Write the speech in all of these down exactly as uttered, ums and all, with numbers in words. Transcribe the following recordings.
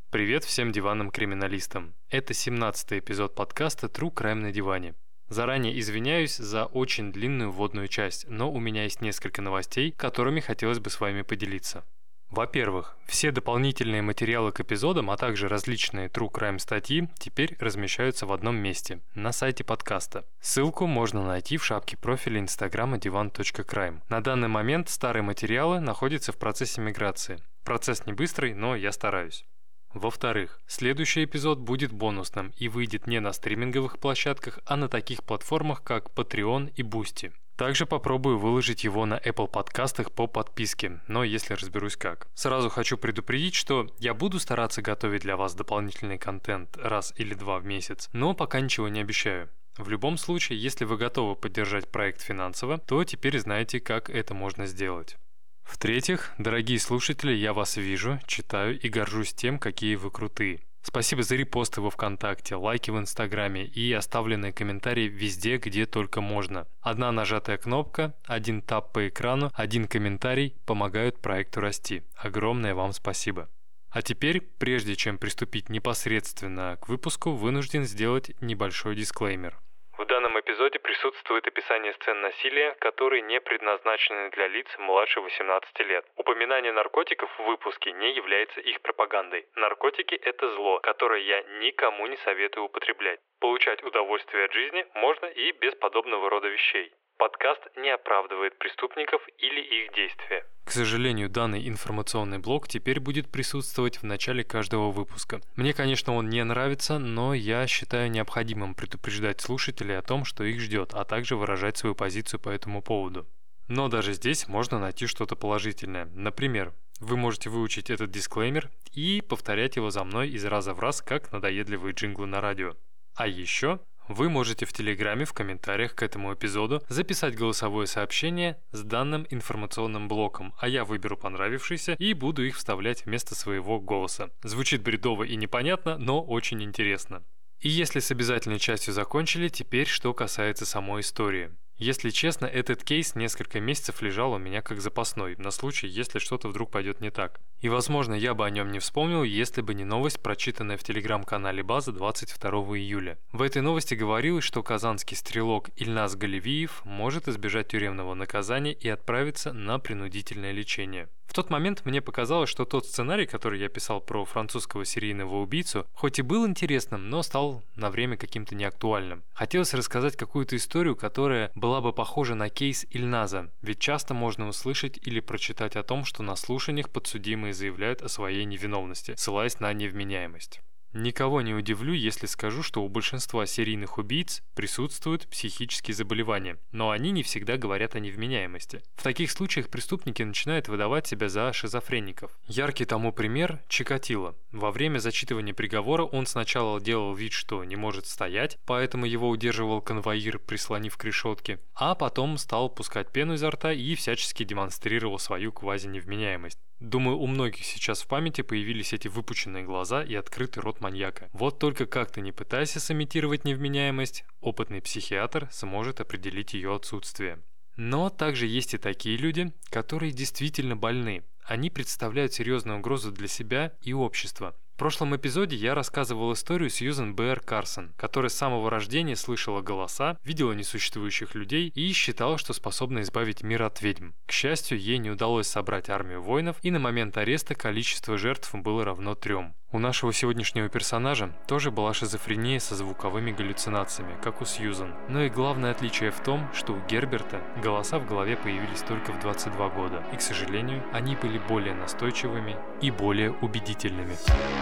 Привет всем диванным криминалистам. Это семнадцатый эпизод подкаста True Crime на диване. Заранее извиняюсь за очень длинную вводную часть, но у меня есть несколько новостей, которыми хотелось бы с вами поделиться. Во-первых, все дополнительные материалы к эпизодам, а также различные True Crime статьи теперь размещаются в одном месте – на сайте подкаста. Ссылку можно найти в шапке профиля инстаграма divan точка crime. На данный момент старые материалы находятся в процессе миграции. Процесс не быстрый, но я стараюсь. Во-вторых, следующий эпизод будет бонусным и выйдет не на стриминговых площадках, а на таких платформах, как Patreon и Boosty. Также попробую выложить его на Apple подкастах по подписке, но если разберусь как. Сразу хочу предупредить, что я буду стараться готовить для вас дополнительный контент раз или два в месяц, но пока ничего не обещаю. В любом случае, если вы готовы поддержать проект финансово, то теперь знаете, как это можно сделать. В-третьих, дорогие слушатели, я вас вижу, читаю и горжусь тем, какие вы крутые. Спасибо за репосты во ВКонтакте, лайки в Инстаграме и оставленные комментарии везде, где только можно. Одна нажатая кнопка, один тап по экрану, один комментарий помогают проекту расти. Огромное вам спасибо. А теперь, прежде чем приступить непосредственно к выпуску, вынужден сделать небольшой дисклеймер. В данном эпизоде присутствует описание сцен насилия, которые не предназначены для лиц младше восемнадцати лет. Упоминание наркотиков в выпуске не является их пропагандой. Наркотики – это зло, которое я никому не советую употреблять. Получать удовольствие от жизни можно и без подобного рода вещей. Подкаст не оправдывает преступников или их действия. К сожалению, данный информационный блок теперь будет присутствовать в начале каждого выпуска. Мне, конечно, он не нравится, но я считаю необходимым предупреждать слушателей о том, что их ждет, а также выражать свою позицию по этому поводу. Но даже здесь можно найти что-то положительное. Например, вы можете выучить этот дисклеймер и повторять его за мной из раза в раз, как надоедливые джинглы на радио. А еще вы можете в Телеграме в комментариях к этому эпизоду записать голосовое сообщение с данным информационным блоком, а я выберу понравившиеся и буду их вставлять вместо своего голоса. Звучит бредово и непонятно, но очень интересно. И если с обязательной частью закончили, теперь что касается самой истории. Если честно, этот кейс несколько месяцев лежал у меня как запасной, на случай, если что-то вдруг пойдет не так. И, возможно, я бы о нем не вспомнил, если бы не новость, прочитанная в телеграм-канале База двадцать второго июля. В этой новости говорилось, что казанский стрелок Ильназ Галевиев может избежать тюремного наказания и отправиться на принудительное лечение. В тот момент мне показалось, что тот сценарий, который я писал про французского серийного убийцу, хоть и был интересным, но стал на время каким-то неактуальным. Хотелось рассказать какую-то историю, которая была бы похожа на кейс Ильназа, ведь часто можно услышать или прочитать о том, что на слушаниях подсудимые заявляют о своей невиновности, ссылаясь на невменяемость. Никого не удивлю, если скажу, что у большинства серийных убийц присутствуют психические заболевания, но они не всегда говорят о невменяемости. В таких случаях преступники начинают выдавать себя за шизофреников. Яркий тому пример – Чикатило. Во время зачитывания приговора он сначала делал вид, что не может стоять, поэтому его удерживал конвоир, прислонив к решетке, а потом стал пускать пену изо рта и всячески демонстрировал свою квазиневменяемость. Думаю, у многих сейчас в памяти появились эти выпученные глаза и открытый рот маньяка. Вот только как ты не пытайся сымитировать невменяемость, опытный психиатр сможет определить ее отсутствие. Но также есть и такие люди, которые действительно больны. Они представляют серьезную угрозу для себя и общества. В прошлом эпизоде я рассказывал историю Сьюзен Бэйр Карсон, которая с самого рождения слышала голоса, видела несуществующих людей и считала, что способна избавить мир от ведьм. К счастью, ей не удалось собрать армию воинов, и на момент ареста количество жертв было равно трем. У нашего сегодняшнего персонажа тоже была шизофрения со звуковыми галлюцинациями, как у Сьюзен. Но и главное отличие в том, что у Герберта голоса в голове появились только в двадцать два года, и, к сожалению, они были более настойчивыми и более убедительными.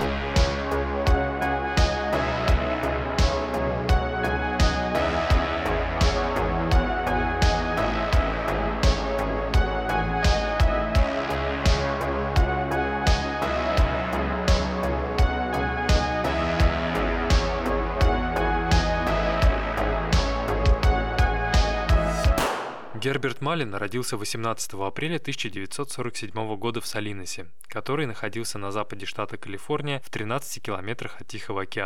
Герберт Малин родился восемнадцатого апреля тысяча девятьсот сорок седьмого года в Салинасе, который находился на западе штата Калифорния в тринадцати километрах от Тихого океана.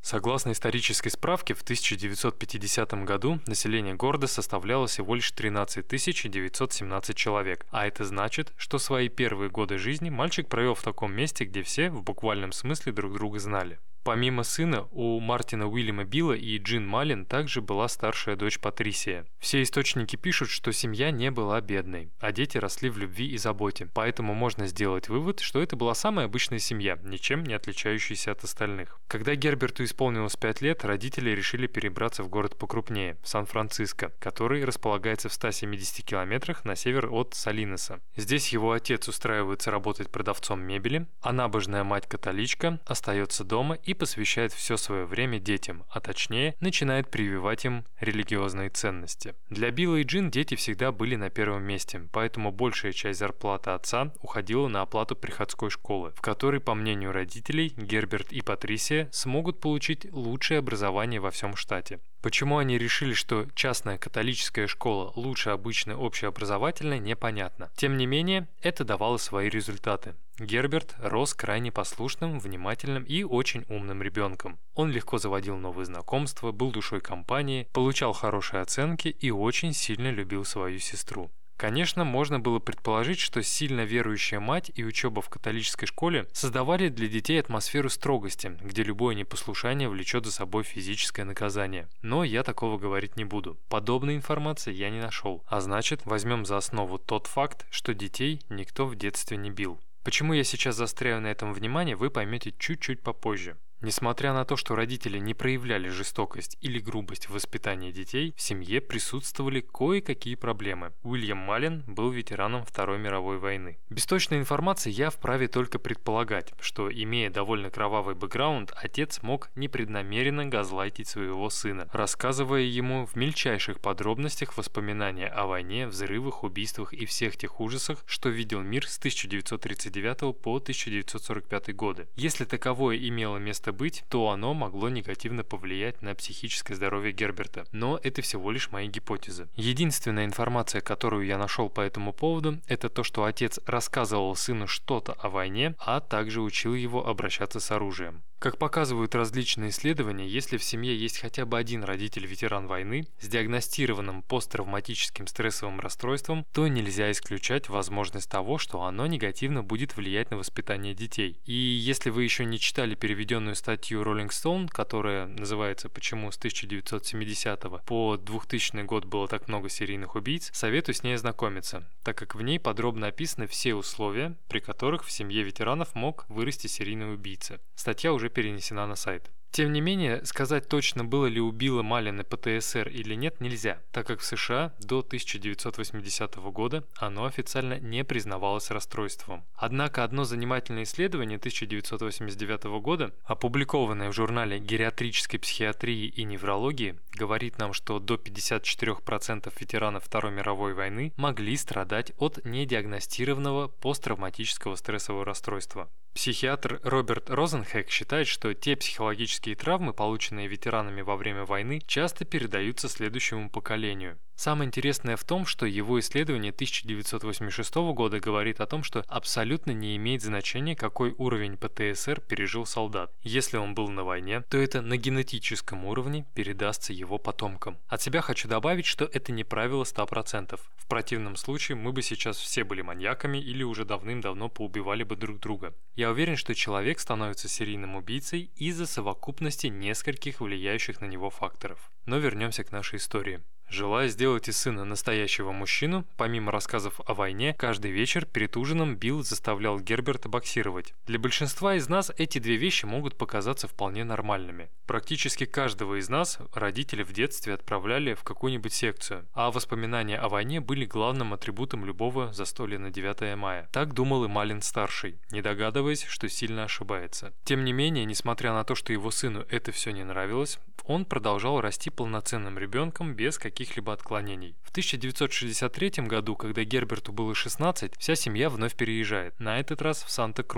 Согласно исторической справке, в тысяча девятьсот пятидесятом году население города составляло всего лишь тринадцать тысяч девятьсот семнадцать человек, а это значит, что свои первые годы жизни мальчик провел в таком месте, где все в буквальном смысле друг друга знали. Помимо сына, у Мартина Уильяма Билла и Джин Малин также была старшая дочь Патрисия. Все источники пишут, что семья не была бедной, а дети росли в любви и заботе, поэтому можно сделать вывод, что это была самая обычная семья, ничем не отличающаяся от остальных. Когда Герберту исполнилось пять лет, родители решили перебраться в город покрупнее, в Сан-Франциско, который располагается в ста семидесяти километрах на север от Салинеса. Здесь его отец устраивается работать продавцом мебели, а набожная мать-католичка остается дома и посвящает все свое время детям, а точнее начинает прививать им религиозные ценности. Для Билла и Джин дети всегда были на первом месте, поэтому большая часть зарплаты отца уходила на оплату приходской школы, в которой, по мнению родителей, Герберт и Патрисия смогут получить лучшее образование во всем штате. Почему они решили, что частная католическая школа лучше обычной общеобразовательной, непонятно. Тем не менее, это давало свои результаты. Герберт рос крайне послушным, внимательным и очень умным ребенком. Он легко заводил новые знакомства, был душой компании, получал хорошие оценки и очень сильно любил свою сестру. Конечно, можно было предположить, что сильно верующая мать и учеба в католической школе создавали для детей атмосферу строгости, где любое непослушание влечет за собой физическое наказание. Но я такого говорить не буду. Подобной информации я не нашел. А значит, возьмем за основу тот факт, что детей никто в детстве не бил. Почему я сейчас застряю на этом внимание, вы поймете чуть-чуть попозже. Несмотря на то, что родители не проявляли жестокость или грубость в воспитании детей, в семье присутствовали кое-какие проблемы. Уильям Малин был ветераном Второй мировой войны. Без точной информации я вправе только предполагать, что, имея довольно кровавый бэкграунд, отец мог непреднамеренно газлайтить своего сына, рассказывая ему в мельчайших подробностях воспоминания о войне, взрывах, убийствах и всех тех ужасах, что видел мир с тысяча девятьсот тридцать девятого по тысяча девятьсот сорок пятый годы. Если таковое имело место быть, то оно могло негативно повлиять на психическое здоровье Герберта. Но это всего лишь мои гипотезы. Единственная информация, которую я нашел по этому поводу, это то, что отец рассказывал сыну что-то о войне, а также учил его обращаться с оружием. Как показывают различные исследования, если в семье есть хотя бы один родитель-ветеран войны с диагностированным посттравматическим стрессовым расстройством, то нельзя исключать возможность того, что оно негативно будет влиять на воспитание детей. И если вы еще не читали переведенную статью Rolling Stone, которая называется «Почему с тысяча девятьсот семидесятого по двухтысячный год было так много серийных убийц», советую с ней ознакомиться, так как в ней подробно описаны все условия, при которых в семье ветеранов мог вырасти серийный убийца. Статья уже перенесена на сайт. Тем не менее, сказать точно, было ли у Билла Малина ПТСР или нет, нельзя, так как в США до тысяча девятьсот восьмидесятого года оно официально не признавалось расстройством. Однако одно занимательное исследование тысяча девятьсот восемьдесят девятого года, опубликованное в журнале гериатрической психиатрии и неврологии, говорит нам, что до пятидесяти четырёх процентов ветеранов Второй мировой войны могли страдать от недиагностированного посттравматического стрессового расстройства. Психиатр Роберт Розенхек считает, что те психологические травмы, полученные ветеранами во время войны, часто передаются следующему поколению. Самое интересное в том, что его исследование тысяча девятьсот восемьдесят шестого года говорит о том, что абсолютно не имеет значения, какой уровень ПТСР пережил солдат. Если он был на войне, то это на генетическом уровне передастся его потомкам. От себя хочу добавить, что это не правило ста процентов. В противном случае мы бы сейчас все были маньяками или уже давным-давно поубивали бы друг друга. Я уверен, что человек становится серийным убийцей из-за совокупности нескольких влияющих на него факторов. Но вернемся к нашей истории. Желая сделать из сына настоящего мужчину, помимо рассказов о войне, каждый вечер перед ужином Билл заставлял Герберта боксировать. Для большинства из нас эти две вещи могут показаться вполне нормальными. Практически каждого из нас родители в детстве отправляли в какую-нибудь секцию, а воспоминания о войне были главным атрибутом любого застолья на девятое мая. Так думал и Малин-старший, не догадываясь, что сильно ошибается. Тем не менее, несмотря на то, что его сыну это все не нравилось, он продолжал расти полноценным ребенком без каких-либо отклонений. В тысяча девятьсот шестьдесят третьем году, когда Герберту было шестнадцать, вся семья вновь переезжает, на этот раз в Санта-Крус,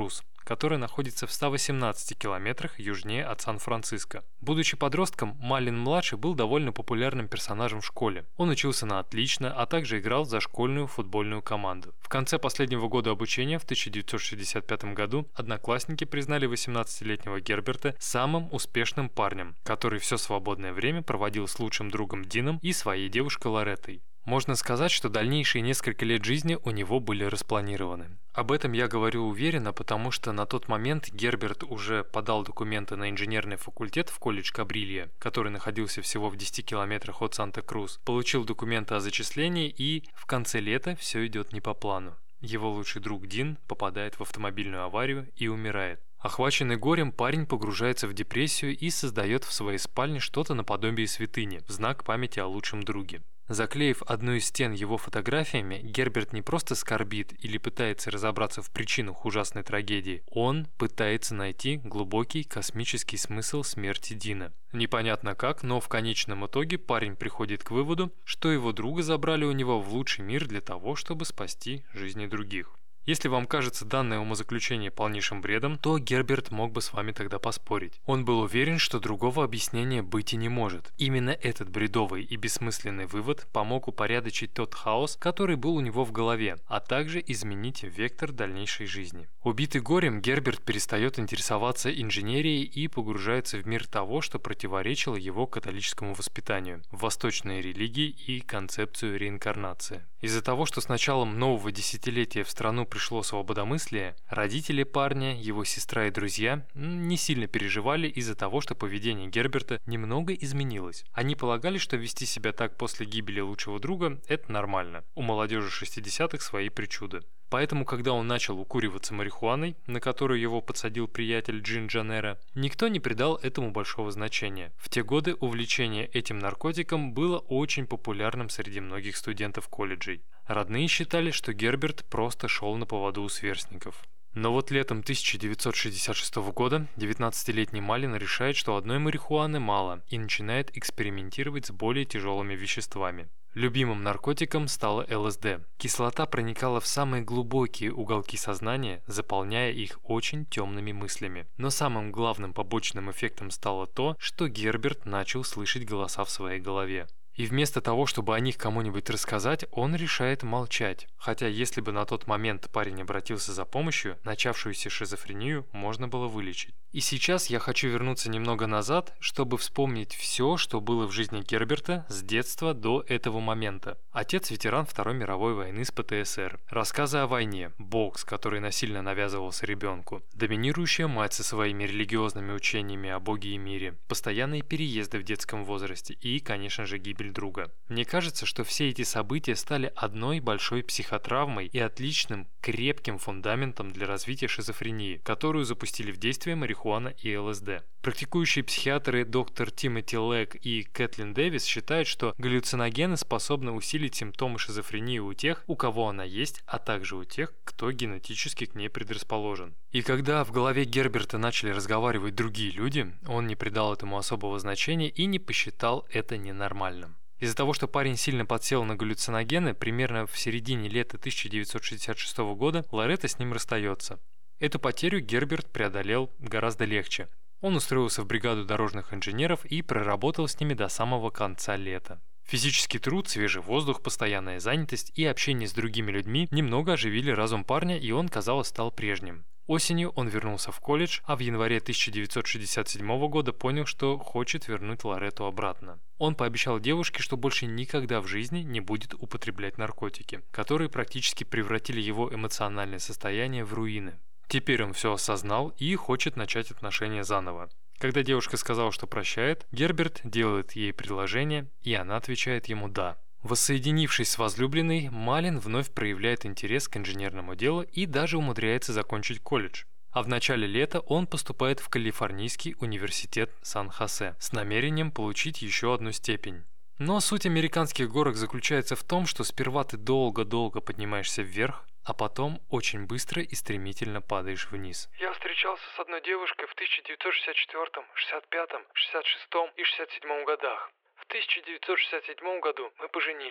которая находится в ста восемнадцати километрах южнее от Сан-Франциско. Будучи подростком, Малин-младший был довольно популярным персонажем в школе. Он учился на отлично, а также играл за школьную футбольную команду. В конце последнего года обучения, в тысяча девятьсот шестьдесят пятом году, одноклассники признали восемнадцатилетнего Герберта самым успешным парнем, который все свободное время проводил с лучшим другом Дином и своей девушкой Лореттой. Можно сказать, что дальнейшие несколько лет жизни у него были распланированы. Об этом я говорю уверенно, потому что на тот момент Герберт уже подал документы на инженерный факультет в колледж Кабрилья, который находился всего в десяти километрах от Санта-Крус, получил документы о зачислении, и в конце лета все идет не по плану. Его лучший друг Дин попадает в автомобильную аварию и умирает. Охваченный горем, парень погружается в депрессию и создает в своей спальне что-то наподобие святыни, в знак памяти о лучшем друге. Заклеив одну из стен его фотографиями, Герберт не просто скорбит или пытается разобраться в причинах ужасной трагедии, он пытается найти глубокий космический смысл смерти Дина. Непонятно как, но в конечном итоге парень приходит к выводу, что его друга забрали у него в лучший мир для того, чтобы спасти жизни других. Если вам кажется данное умозаключение полнейшим бредом, то Герберт мог бы с вами тогда поспорить. Он был уверен, что другого объяснения быть и не может. Именно этот бредовый и бессмысленный вывод помог упорядочить тот хаос, который был у него в голове, а также изменить вектор дальнейшей жизни. Убитый горем, Герберт перестает интересоваться инженерией и погружается в мир того, что противоречило его католическому воспитанию, в восточные религии и концепцию реинкарнации. Из-за того, что с началом нового десятилетия в страну пришло свободомыслие, родители парня, его сестра и друзья не сильно переживали из-за того, что поведение Герберта немного изменилось. Они полагали, что вести себя так после гибели лучшего друга – это нормально. У молодежи шестидесятых свои причуды. Поэтому, когда он начал укуриваться марихуаной, на которую его подсадил приятель Джин Джанера, никто не придал этому большого значения. В те годы увлечение этим наркотиком было очень популярным среди многих студентов колледжей. Родные считали, что Герберт просто шел на поводу у сверстников. Но вот летом тысяча девятьсот шестьдесят шестого года девятнадцатилетний Малин решает, что одной марихуаны мало, и начинает экспериментировать с более тяжелыми веществами. Любимым наркотиком стала эл эс дэ. Кислота проникала в самые глубокие уголки сознания, заполняя их очень темными мыслями. Но самым главным побочным эффектом стало то, что Герберт начал слышать голоса в своей голове. И вместо того, чтобы о них кому-нибудь рассказать, он решает молчать. Хотя если бы на тот момент парень обратился за помощью, начавшуюся шизофрению можно было вылечить. И сейчас я хочу вернуться немного назад, чтобы вспомнить все, что было в жизни Герберта с детства до этого момента. Отец ветеран Второй мировой войны с пэ тэ эс эр. Рассказы о войне, бокс, который насильно навязывался ребенку, доминирующая мать со своими религиозными учениями о Боге и мире, постоянные переезды в детском возрасте и, конечно же, гибель друга. Мне кажется, что все эти события стали одной большой психотравмой и отличным, крепким фундаментом для развития шизофрении, которую запустили в действие марихуана и эл эс дэ. Практикующие психиатры доктор Тимоти Лэг и Кэтлин Дэвис считают, что галлюциногены способны усилить симптомы шизофрении у тех, у кого она есть, а также у тех, кто генетически к ней предрасположен. И когда в голове Герберта начали разговаривать другие люди, он не придал этому особого значения и не посчитал это ненормальным. Из-за того, что парень сильно подсел на галлюциногены, примерно в середине лета тысяча девятьсот шестьдесят шестого года Лоретта с ним расстается. Эту потерю Герберт преодолел гораздо легче. Он устроился в бригаду дорожных инженеров и проработал с ними до самого конца лета. Физический труд, свежий воздух, постоянная занятость и общение с другими людьми немного оживили разум парня, и он, казалось, стал прежним. Осенью он вернулся в колледж, а в январе тысяча девятьсот шестьдесят седьмого года понял, что хочет вернуть Лоретту обратно. Он пообещал девушке, что больше никогда в жизни не будет употреблять наркотики, которые практически превратили его эмоциональное состояние в руины. Теперь он все осознал и хочет начать отношения заново. Когда девушка сказала, что прощает, Герберт делает ей предложение, и она отвечает ему «да». Воссоединившись с возлюбленной, Малин вновь проявляет интерес к инженерному делу и даже умудряется закончить колледж. А в начале лета он поступает в Калифорнийский университет Сан-Хосе с намерением получить еще одну степень. Но суть американских горок заключается в том, что сперва ты долго-долго поднимаешься вверх, а потом очень быстро и стремительно падаешь вниз. Я встречался с одной девушкой в тысяча девятьсот шестьдесят четвёртом, шестьдесят пятом, шестьдесят шестом и шестьдесят седьмом годах. В тысяча девятьсот шестьдесят седьмом году мы поженились.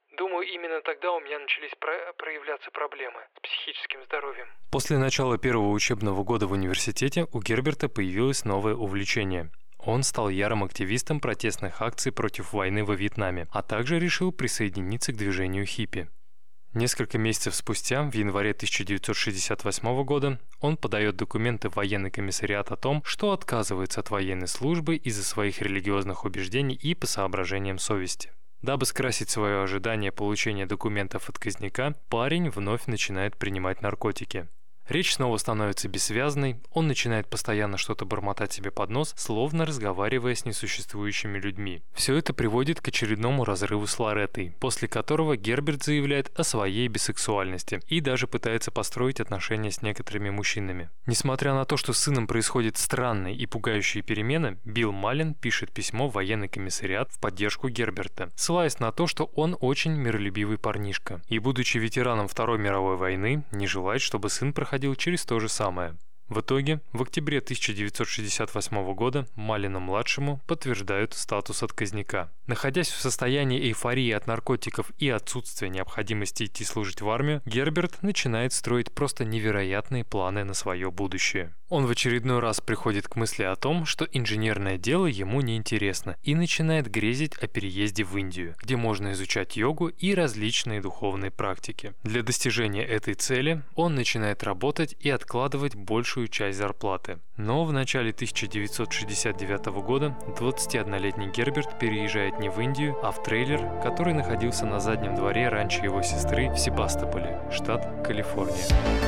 Думаю, именно тогда у меня начались про- проявляться проблемы с психическим здоровьем. После начала первого учебного года в университете у Герберта появилось новое увлечение. Он стал ярым активистом протестных акций против войны во Вьетнаме, а также решил присоединиться к движению хиппи. Несколько месяцев спустя, в январе тысяча девятьсот шестьдесят восьмого года, он подает документы в военный комиссариат о том, что отказывается от военной службы из-за своих религиозных убеждений и по соображениям совести. Дабы скрасить свое ожидание получения документов отказника, парень вновь начинает принимать наркотики. Речь снова становится бессвязной, он начинает постоянно что-то бормотать себе под нос, словно разговаривая с несуществующими людьми. Все это приводит к очередному разрыву с Лореттой, после которого Герберт заявляет о своей бисексуальности и даже пытается построить отношения с некоторыми мужчинами. Несмотря на то, что с сыном происходят странные и пугающие перемены, Билл Маллен пишет письмо в военный комиссариат в поддержку Герберта, ссылаясь на то, что он очень миролюбивый парнишка и, будучи ветераном Второй мировой войны, не желает, чтобы сын проходил через то же самое. В итоге, в октябре тысяча девятьсот шестьдесят восьмого года Маллину-младшему подтверждают статус отказника. Находясь в состоянии эйфории от наркотиков и отсутствия необходимости идти служить в армию, Герберт начинает строить просто невероятные планы на свое будущее. Он в очередной раз приходит к мысли о том, что инженерное дело ему не интересно, и начинает грезить о переезде в Индию, где можно изучать йогу и различные духовные практики. Для достижения этой цели он начинает работать и откладывать большую часть зарплаты. Но в начале тысяча девятьсот шестьдесят девятого года двадцатиоднолетний Герберт переезжает не в Индию, а в трейлер, который находился на заднем дворе ранчо его сестры в Себастополе, штат Калифорния.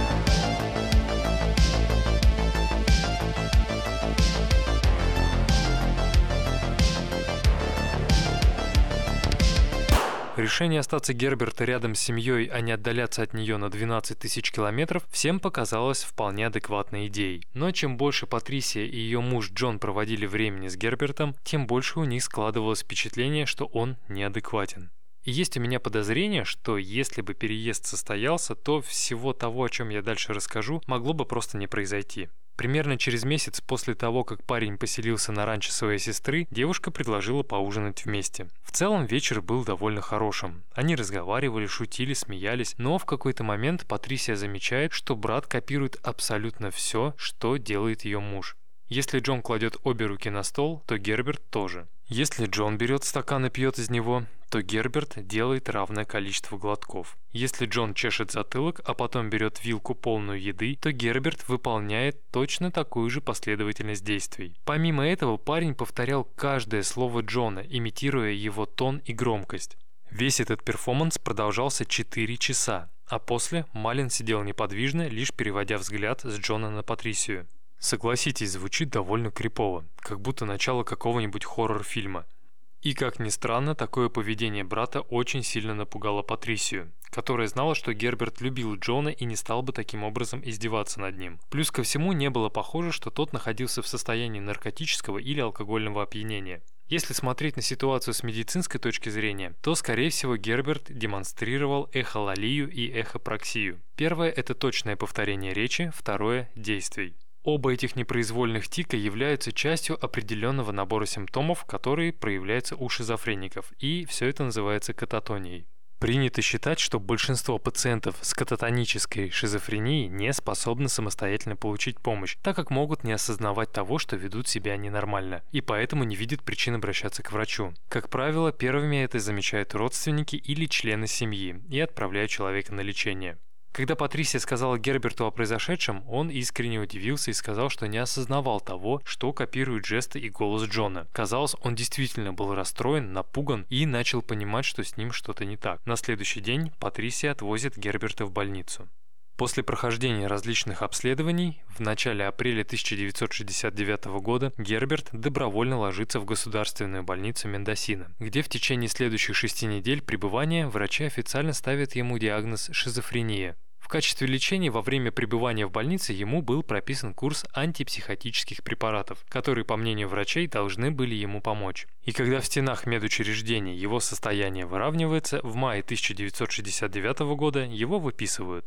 Решение остаться Герберта рядом с семьей, а не отдаляться от нее на двенадцать тысяч километров, всем показалось вполне адекватной идеей. Но чем больше Патрисия и ее муж Джон проводили времени с Гербертом, тем больше у них складывалось впечатление, что он неадекватен. И есть у меня подозрение, что если бы переезд состоялся, то всего того, о чем я дальше расскажу, могло бы просто не произойти. Примерно через месяц после того, как парень поселился на ранчо своей сестры, девушка предложила поужинать вместе. В целом вечер был довольно хорошим. Они разговаривали, шутили, смеялись, но в какой-то момент Патрисия замечает, что брат копирует абсолютно все, что делает ее муж. Если Джон кладет обе руки на стол, то Герберт тоже. Если Джон берет стакан и пьет из него, то Герберт делает равное количество глотков. Если Джон чешет затылок, а потом берет вилку полную еды, то Герберт выполняет точно такую же последовательность действий. Помимо этого, парень повторял каждое слово Джона, имитируя его тон и громкость. Весь этот перформанс продолжался четыре часа, а после Маллен сидел неподвижно, лишь переводя взгляд с Джона на Патрисию. Согласитесь, звучит довольно крипово, как будто начало какого-нибудь хоррор-фильма. И, как ни странно, такое поведение брата очень сильно напугало Патрисию, которая знала, что Герберт любил Джона и не стал бы таким образом издеваться над ним. Плюс ко всему, не было похоже, что тот находился в состоянии наркотического или алкогольного опьянения. Если смотреть на ситуацию с медицинской точки зрения, то, скорее всего, Герберт демонстрировал эхолалию и эхопраксию. Первое – это точное повторение речи, второе – действий. Оба этих непроизвольных тика являются частью определенного набора симптомов, которые проявляются у шизофреников, и все это называется кататонией. Принято считать, что большинство пациентов с кататонической шизофренией не способны самостоятельно получить помощь, так как могут не осознавать того, что ведут себя ненормально, и поэтому не видят причин обращаться к врачу. Как правило, первыми это замечают родственники или члены семьи и отправляют человека на лечение. Когда Патрисия сказала Герберту о произошедшем, он искренне удивился и сказал, что не осознавал того, что копирует жесты и голос Джона. Казалось, он действительно был расстроен, напуган и начал понимать, что с ним что-то не так. На следующий день Патрисия отвозит Герберта в больницу. После прохождения различных обследований, в начале апреля тысяча девятьсот шестьдесят девятого года Герберт добровольно ложится в государственную больницу Мендосино, где в течение следующих шести недель пребывания врачи официально ставят ему диагноз шизофрения. В качестве лечения во время пребывания в больнице ему был прописан курс антипсихотических препаратов, которые, по мнению врачей, должны были ему помочь. И когда в стенах медучреждения его состояние выравнивается, в мае тысяча девятьсот шестьдесят девятого года его выписывают.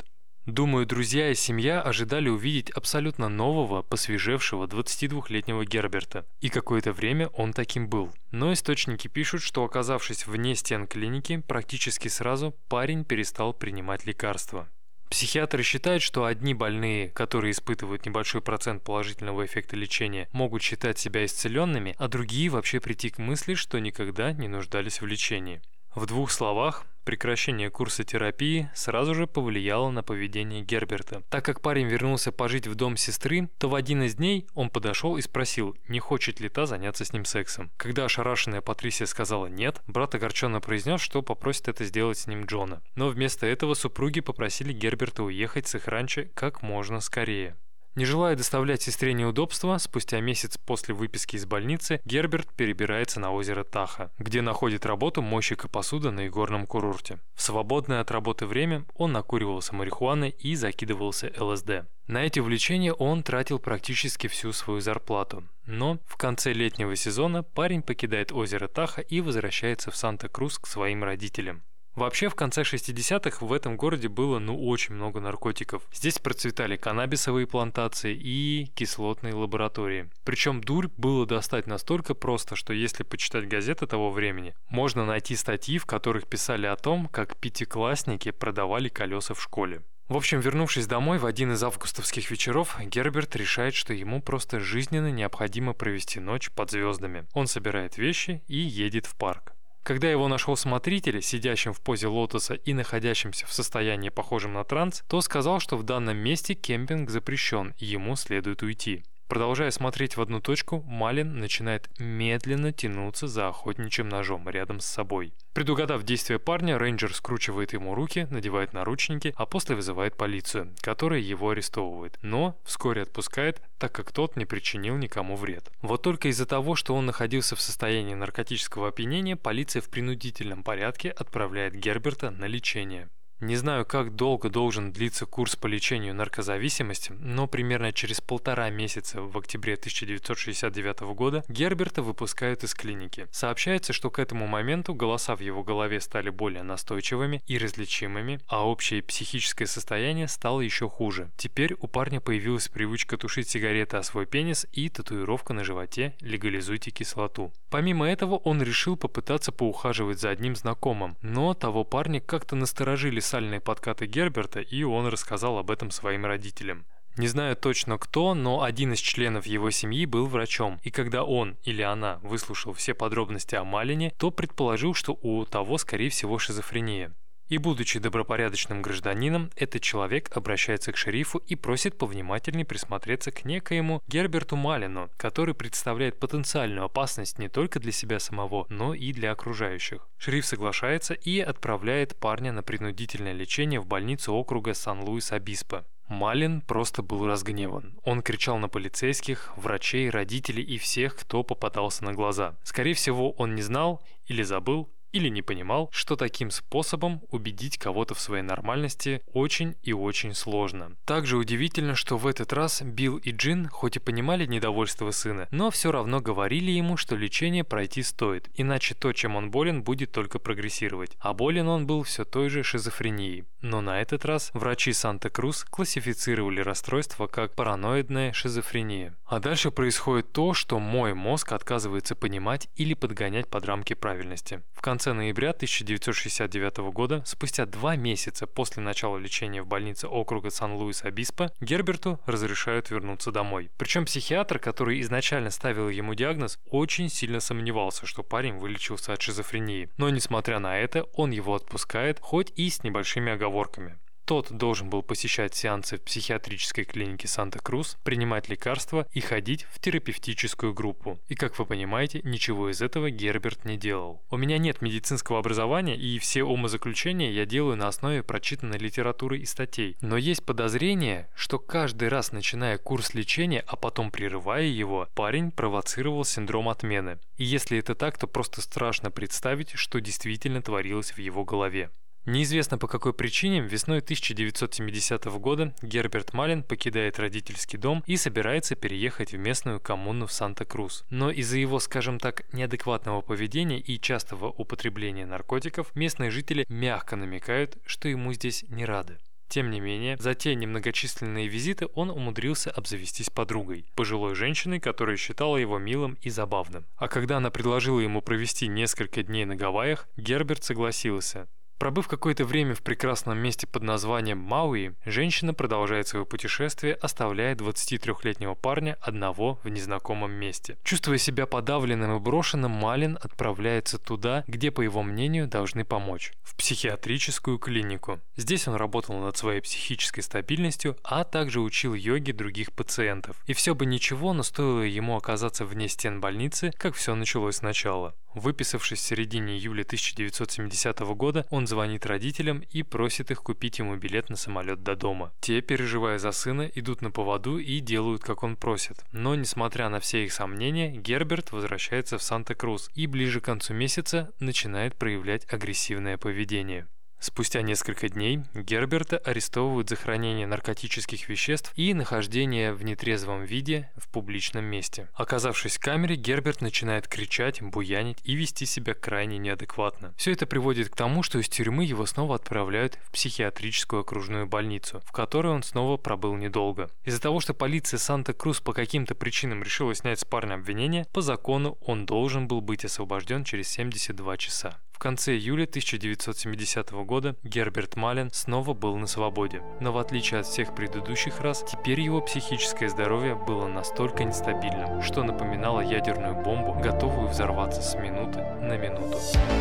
Думаю, друзья и семья ожидали увидеть абсолютно нового, посвежевшего двадцатидвухлетнего Герберта. И какое-то время он таким был. Но источники пишут, что, оказавшись вне стен клиники, практически сразу парень перестал принимать лекарства. Психиатры считают, что одни больные, которые испытывают небольшой процент положительного эффекта лечения, могут считать себя исцеленными, а другие вообще прийти к мысли, что никогда не нуждались в лечении. В двух словах, прекращение курса терапии сразу же повлияло на поведение Герберта. Так как парень вернулся пожить в дом сестры, то в один из дней он подошел и спросил, не хочет ли та заняться с ним сексом. Когда ошарашенная Патрисия сказала «нет», брат огорченно произнес, что попросит это сделать с ним Джона. Но вместо этого супруги попросили Герберта уехать с их ранчо как можно скорее. Не желая доставлять сестре неудобства, спустя месяц после выписки из больницы Герберт перебирается на озеро Таха, где находит работу мойщика посуды на игорном курорте. В свободное от работы время он накуривался марихуаной и закидывался эл эс дэ. На эти увлечения он тратил практически всю свою зарплату. Но в конце летнего сезона парень покидает озеро Таха и возвращается в Санта-Крус к своим родителям. Вообще, в конце шестидесятых в этом городе было ну очень много наркотиков. Здесь процветали каннабисовые плантации и кислотные лаборатории. Причем дурь было достать настолько просто, что если почитать газеты того времени, можно найти статьи, в которых писали о том, как пятиклассники продавали колеса в школе. В общем, вернувшись домой в один из августовских вечеров, Герберт решает, что ему просто жизненно необходимо провести ночь под звездами. Он собирает вещи и едет в парк. Когда его нашел смотритель, сидящим в позе лотоса и находящимся в состоянии похожем на транс, то сказал, что в данном месте кемпинг запрещен и ему следует уйти. Продолжая смотреть в одну точку, Малин начинает медленно тянуться за охотничьим ножом рядом с собой. Предугадав действия парня, рейнджер скручивает ему руки, надевает наручники, а после вызывает полицию, которая его арестовывает, но вскоре отпускает, так как тот не причинил никому вред. Вот только из-за того, что он находился в состоянии наркотического опьянения, полиция в принудительном порядке отправляет Герберта на лечение. Не знаю, как долго должен длиться курс по лечению наркозависимости, но примерно через полтора месяца в октябре тысяча девятьсот шестьдесят девятого года Герберта выпускают из клиники. Сообщается, что к этому моменту голоса в его голове стали более настойчивыми и различимыми, а общее психическое состояние стало еще хуже. Теперь у парня появилась привычка тушить сигареты о свой пенис и татуировка на животе «Легализуйте кислоту». Помимо этого, он решил попытаться поухаживать за одним знакомым, но того парня как-то насторожили сальные подкаты Герберта, и он рассказал об этом своим родителям. Не знаю точно кто, но один из членов его семьи был врачом, и когда он или она выслушал все подробности о Малине, то предположил, что у того, скорее всего, шизофрения. И будучи добропорядочным гражданином, этот человек обращается к шерифу и просит повнимательнее присмотреться к некоему Герберту Малину, который представляет потенциальную опасность не только для себя самого, но и для окружающих. Шериф соглашается и отправляет парня на принудительное лечение в больницу округа Сан-Луис-Обиспо. Малин просто был разгневан. Он кричал на полицейских, врачей, родителей и всех, кто попадался на глаза. Скорее всего, он не знал или забыл, или не понимал, что таким способом убедить кого-то в своей нормальности очень и очень сложно. Также удивительно, что в этот раз Билл и Джин хоть и понимали недовольство сына, но все равно говорили ему, что лечение пройти стоит, иначе то, чем он болен, будет только прогрессировать. А болен он был все той же шизофренией. Но на этот раз врачи Санта-Крус классифицировали расстройство как параноидная шизофрения. А дальше происходит то, что мой мозг отказывается понимать или подгонять под рамки правильности. В конце ноября тысяча девятьсот шестьдесят девятого года, спустя два месяца после начала лечения в больнице округа Сан-Луис-Обиспо, Герберту разрешают вернуться домой. Причем психиатр, который изначально ставил ему диагноз, очень сильно сомневался, что парень вылечился от шизофрении. Но несмотря на это, он его отпускает, хоть и с небольшими оговорками. Тот должен был посещать сеансы в психиатрической клинике Санта-Крус, принимать лекарства и ходить в терапевтическую группу. И, как вы понимаете, ничего из этого Герберт не делал. У меня нет медицинского образования, и все умозаключения я делаю на основе прочитанной литературы и статей. Но есть подозрение, что каждый раз, начиная курс лечения, а потом прерывая его, парень провоцировал синдром отмены. И если это так, то просто страшно представить, что действительно творилось в его голове. Неизвестно по какой причине, весной тысяча девятьсот семидесятого года Герберт Малин покидает родительский дом и собирается переехать в местную коммуну в Санта-Крус. Но из-за его, скажем так, неадекватного поведения и частого употребления наркотиков местные жители мягко намекают, что ему здесь не рады. Тем не менее, за те немногочисленные визиты он умудрился обзавестись подругой, пожилой женщиной, которая считала его милым и забавным. А когда она предложила ему провести несколько дней на Гавайях, Герберт согласился. Пробыв какое-то время в прекрасном месте под названием Мауи, женщина продолжает свое путешествие, оставляя двадцатитрёхлетнего парня одного в незнакомом месте. Чувствуя себя подавленным и брошенным, Малин отправляется туда, где, по его мнению, должны помочь – в психиатрическую клинику. Здесь он работал над своей психической стабильностью, а также учил йоге других пациентов. И все бы ничего, но стоило ему оказаться вне стен больницы, как все началось сначала. Выписавшись в середине июля тысяча девятьсот семидесятого года, он звонит родителям и просит их купить ему билет на самолет до дома. Те, переживая за сына, идут на поводу и делают, как он просит. Но, несмотря на все их сомнения, Герберт возвращается в Санта-Крус и ближе к концу месяца начинает проявлять агрессивное поведение. Спустя несколько дней Герберта арестовывают за хранение наркотических веществ и нахождение в нетрезвом виде в публичном месте. Оказавшись в камере, Герберт начинает кричать, буянить и вести себя крайне неадекватно. Все это приводит к тому, что из тюрьмы его снова отправляют в психиатрическую окружную больницу, в которой он снова пробыл недолго. Из-за того, что полиция Санта-Крус по каким-то причинам решила снять с парня обвинение, по закону он должен был быть освобожден через семьдесят два часа. В конце июля тысяча девятьсот семидесятого года Герберт Малин снова был на свободе, но в отличие от всех предыдущих раз, теперь его психическое здоровье было настолько нестабильным, что напоминало ядерную бомбу, готовую взорваться с минуты на минуту.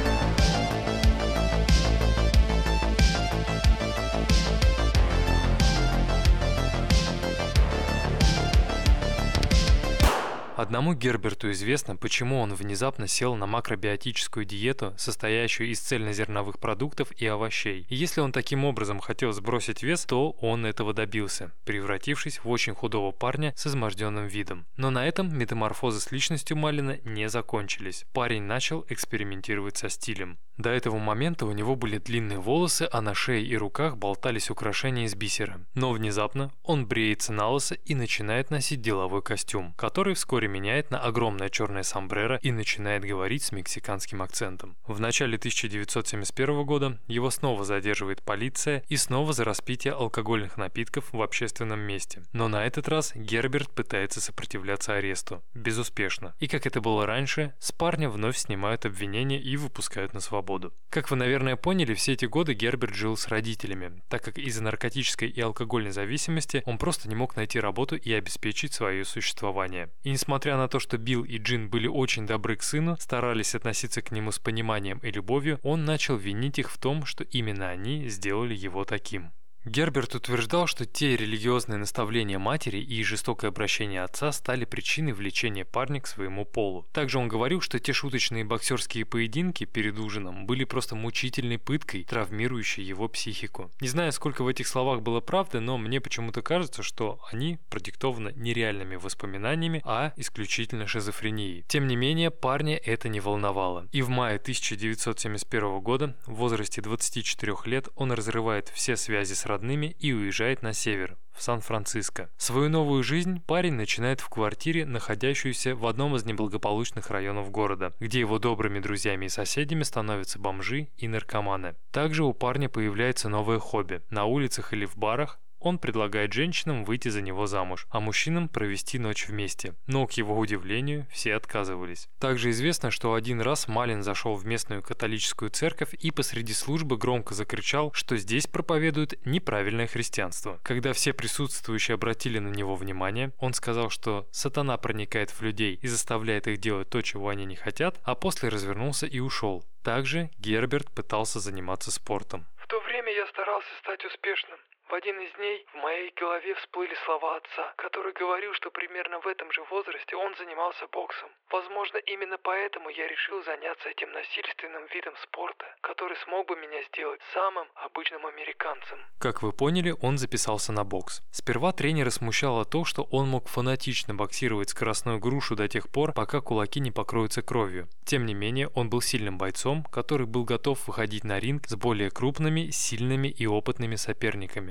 Одному Герберту известно, почему он внезапно сел на макробиотическую диету, состоящую из цельнозерновых продуктов и овощей. И если он таким образом хотел сбросить вес, то он этого добился, превратившись в очень худого парня с изможденным видом. Но на этом метаморфозы с личностью Малина не закончились. Парень начал экспериментировать со стилем. До этого момента у него были длинные волосы, а на шее и руках болтались украшения из бисера. Но внезапно он бреется на лысо и начинает носить деловой костюм, который вскоре меняет на огромное черное сомбреро и начинает говорить с мексиканским акцентом. В начале тысяча девятьсот семьдесят первого года его снова задерживает полиция и снова за распитие алкогольных напитков в общественном месте. Но на этот раз Герберт пытается сопротивляться аресту. Безуспешно. И как это было раньше, с парня вновь снимают обвинения и выпускают на свободу. Как вы, наверное, поняли, все эти годы Герберт жил с родителями, так как из-за наркотической и алкогольной зависимости он просто не мог найти работу и обеспечить свое существование. И несмотря на то, что Билл и Джин были очень добры к сыну, старались относиться к нему с пониманием и любовью, он начал винить их в том, что именно они сделали его таким. Герберт утверждал, что те религиозные наставления матери и жестокое обращение отца стали причиной влечения парня к своему полу. Также он говорил, что те шуточные боксерские поединки перед ужином были просто мучительной пыткой, травмирующей его психику. Не знаю, сколько в этих словах было правды, но мне почему-то кажется, что они продиктованы не реальными воспоминаниями, а исключительно шизофренией. Тем не менее, парня это не волновало. И в мае тысяча девятьсот семьдесят первого года, в возрасте двадцати четырёх лет, он разрывает все связи с родными и уезжает на север, в Сан-Франциско. Свою новую жизнь парень начинает в квартире, находящейся в одном из неблагополучных районов города, где его добрыми друзьями и соседями становятся бомжи и наркоманы. Также у парня появляется новое хобби. На улицах или в барах он предлагает женщинам выйти за него замуж, а мужчинам провести ночь вместе. Но, к его удивлению, все отказывались. Также известно, что один раз Малин зашел в местную католическую церковь и посреди службы громко закричал, что здесь проповедуют неправильное христианство. Когда все присутствующие обратили на него внимание, он сказал, что сатана проникает в людей и заставляет их делать то, чего они не хотят, а после развернулся и ушел. Также Герберт пытался заниматься спортом. В то время я старался стать успешным. В один из дней в моей голове всплыли слова отца, который говорил, что примерно в этом же возрасте он занимался боксом. Возможно, именно поэтому я решил заняться этим насильственным видом спорта, который смог бы меня сделать самым обычным американцем. Как вы поняли, он записался на бокс. Сперва тренера смущало то, что он мог фанатично боксировать скоростную грушу до тех пор, пока кулаки не покроются кровью. Тем не менее, он был сильным бойцом, который был готов выходить на ринг с более крупными, сильными и опытными соперниками.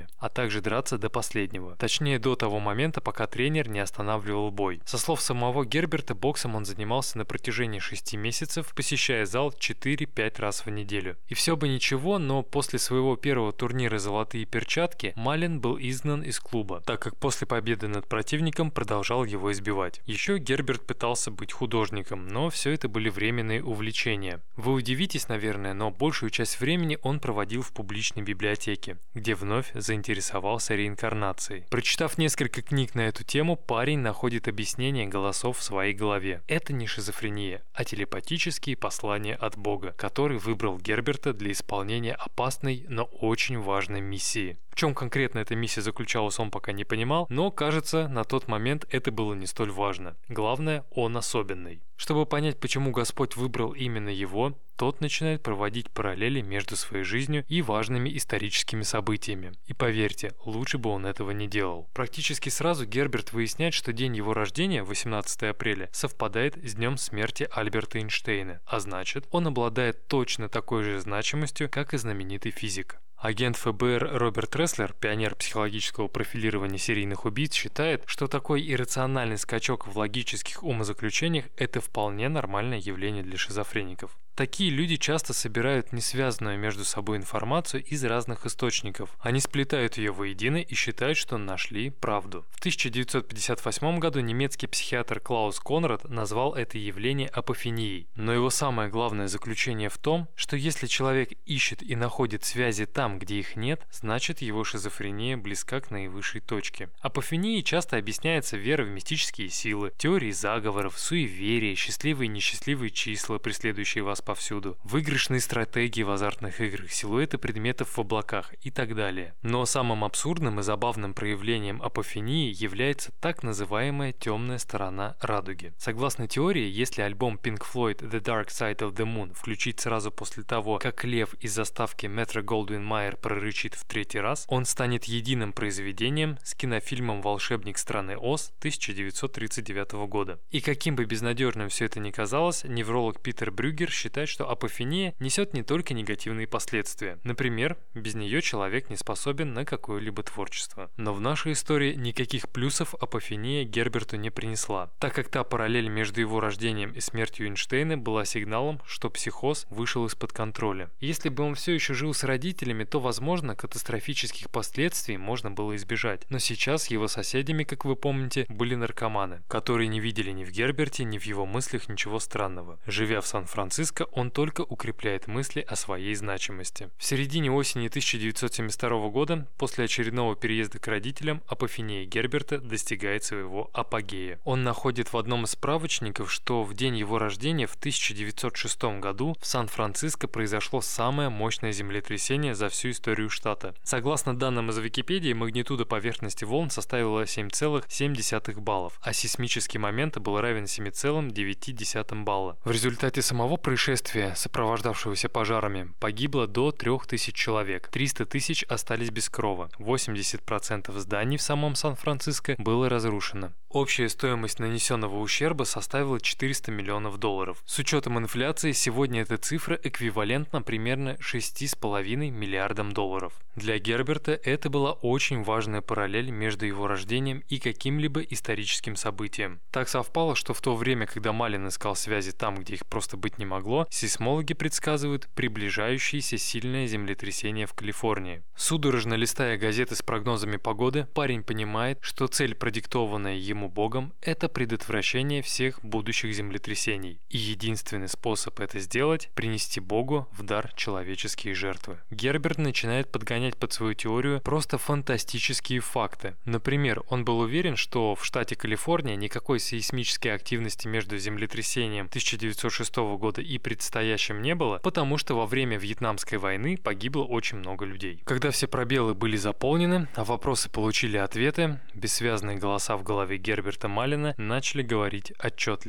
соперниками, а также драться до последнего. Точнее, до того момента, пока тренер не останавливал бой. Со слов самого Герберта, боксом он занимался на протяжении шести месяцев, посещая зал четыре-пять раз в неделю. И все бы ничего, но после своего первого турнира «Золотые перчатки» Малин был изгнан из клуба, так как после победы над противником продолжал его избивать. Еще Герберт пытался быть художником, но все это были временные увлечения. Вы удивитесь, наверное, но большую часть времени он проводил в публичной библиотеке, где вновь заинтересовался реинкарнацией. Прочитав несколько книг на эту тему, парень находит объяснение голосов в своей голове. Это не шизофрения, а телепатические послания от Бога, который выбрал Герберта для исполнения опасной, но очень важной миссии. В чем конкретно эта миссия заключалась, он пока не понимал, но, кажется, на тот момент это было не столь важно. Главное, он особенный. Чтобы понять, почему Господь выбрал именно его, тот начинает проводить параллели между своей жизнью и важными историческими событиями. И поверьте, лучше бы он этого не делал. Практически сразу Герберт выясняет, что день его рождения, восемнадцатого апреля, совпадает с днем смерти Альберта Эйнштейна, а значит, он обладает точно такой же значимостью, как и знаменитый физик. Агент эф бэ эр Роберт Реслер, пионер психологического профилирования серийных убийц, считает, что такой иррациональный скачок в логических умозаключениях – это вполне нормальное явление для шизофреников. Такие люди часто собирают несвязанную между собой информацию из разных источников. Они сплетают ее воедино и считают, что нашли правду. В тысяча девятьсот пятьдесят восьмом году немецкий психиатр Клаус Конрад назвал это явление апофенией. Но его самое главное заключение в том, что если человек ищет и находит связи там, где их нет, значит его шизофрения близка к наивысшей точке. Апофенией часто объясняется вера в мистические силы, теории заговоров, суеверия, счастливые и несчастливые числа, преследующие вас повсюду, выигрышные стратегии в азартных играх, силуэты предметов в облаках и так далее. Но самым абсурдным и забавным проявлением апофении является так называемая темная сторона радуги. Согласно теории, если альбом Pink Floyd The Dark Side of the Moon включить сразу после того, как лев из заставки Метро Голдвин Майер прорычит в третий раз, он станет единым произведением с кинофильмом «Волшебник страны Оз» тысяча девятьсот тридцать девятого года. И каким бы безнадежным все это ни казалось, невролог Питер Брюгер считает, что апофения несет не только негативные последствия. Например, без нее человек не способен на какое-либо творчество. Но в нашей истории никаких плюсов апофения Герберту не принесла, так как та параллель между его рождением и смертью Эйнштейна была сигналом, что психоз вышел из-под контроля. Если бы он все еще жил с родителями, то, возможно, катастрофических последствий можно было избежать. Но сейчас его соседями, как вы помните, были наркоманы, которые не видели ни в Герберте, ни в его мыслях ничего странного. Живя в Сан-Франциско, он только укрепляет мысли о своей значимости. В середине осени тысяча девятьсот семьдесят второго года, после очередного переезда к родителям, апофения Герберта достигает своего апогея. Он находит в одном из справочников, что в день его рождения в тысяча девятьсот шестом году в Сан-Франциско произошло самое мощное землетрясение за всю историю штата. Согласно данным из Википедии, магнитуда поверхности волн составила семь целых семь десятых баллов, а сейсмический момент был равен семи целых девяти десятым балла. В результате самого происшествия, сопровождавшегося пожарами, погибло до трёх тысяч человек, триста тысяч остались без крова, восемьдесят процентов зданий в самом Сан-Франциско было разрушено. Общая стоимость нанесенного ущерба составила четыреста миллионов долларов. С учетом инфляции, сегодня эта цифра эквивалентна примерно шести с половиной миллиардам долларов. Для Герберта это была очень важная параллель между его рождением и каким-либо историческим событием. Так совпало, что в то время, когда Малин искал связи там, где их просто быть не могло, сейсмологи предсказывают приближающееся сильное землетрясение в Калифорнии. Судорожно листая газеты с прогнозами погоды, парень понимает, что цель, продиктованная ему Богом, это предотвращение всех будущих землетрясений. И единственный способ это сделать – принести Богу в дар человеческие жертвы. Герберт начинает подгонять под свою теорию просто фантастические факты. Например, он был уверен, что в штате Калифорния никакой сейсмической активности между землетрясением тысяча девятьсот шестого года и предстоящим не было, потому что во время Вьетнамской войны погибло очень много людей. Когда все пробелы были заполнены, а вопросы получили ответы, бессвязные голоса в голове Герберта Малина начали говорить отчетливо.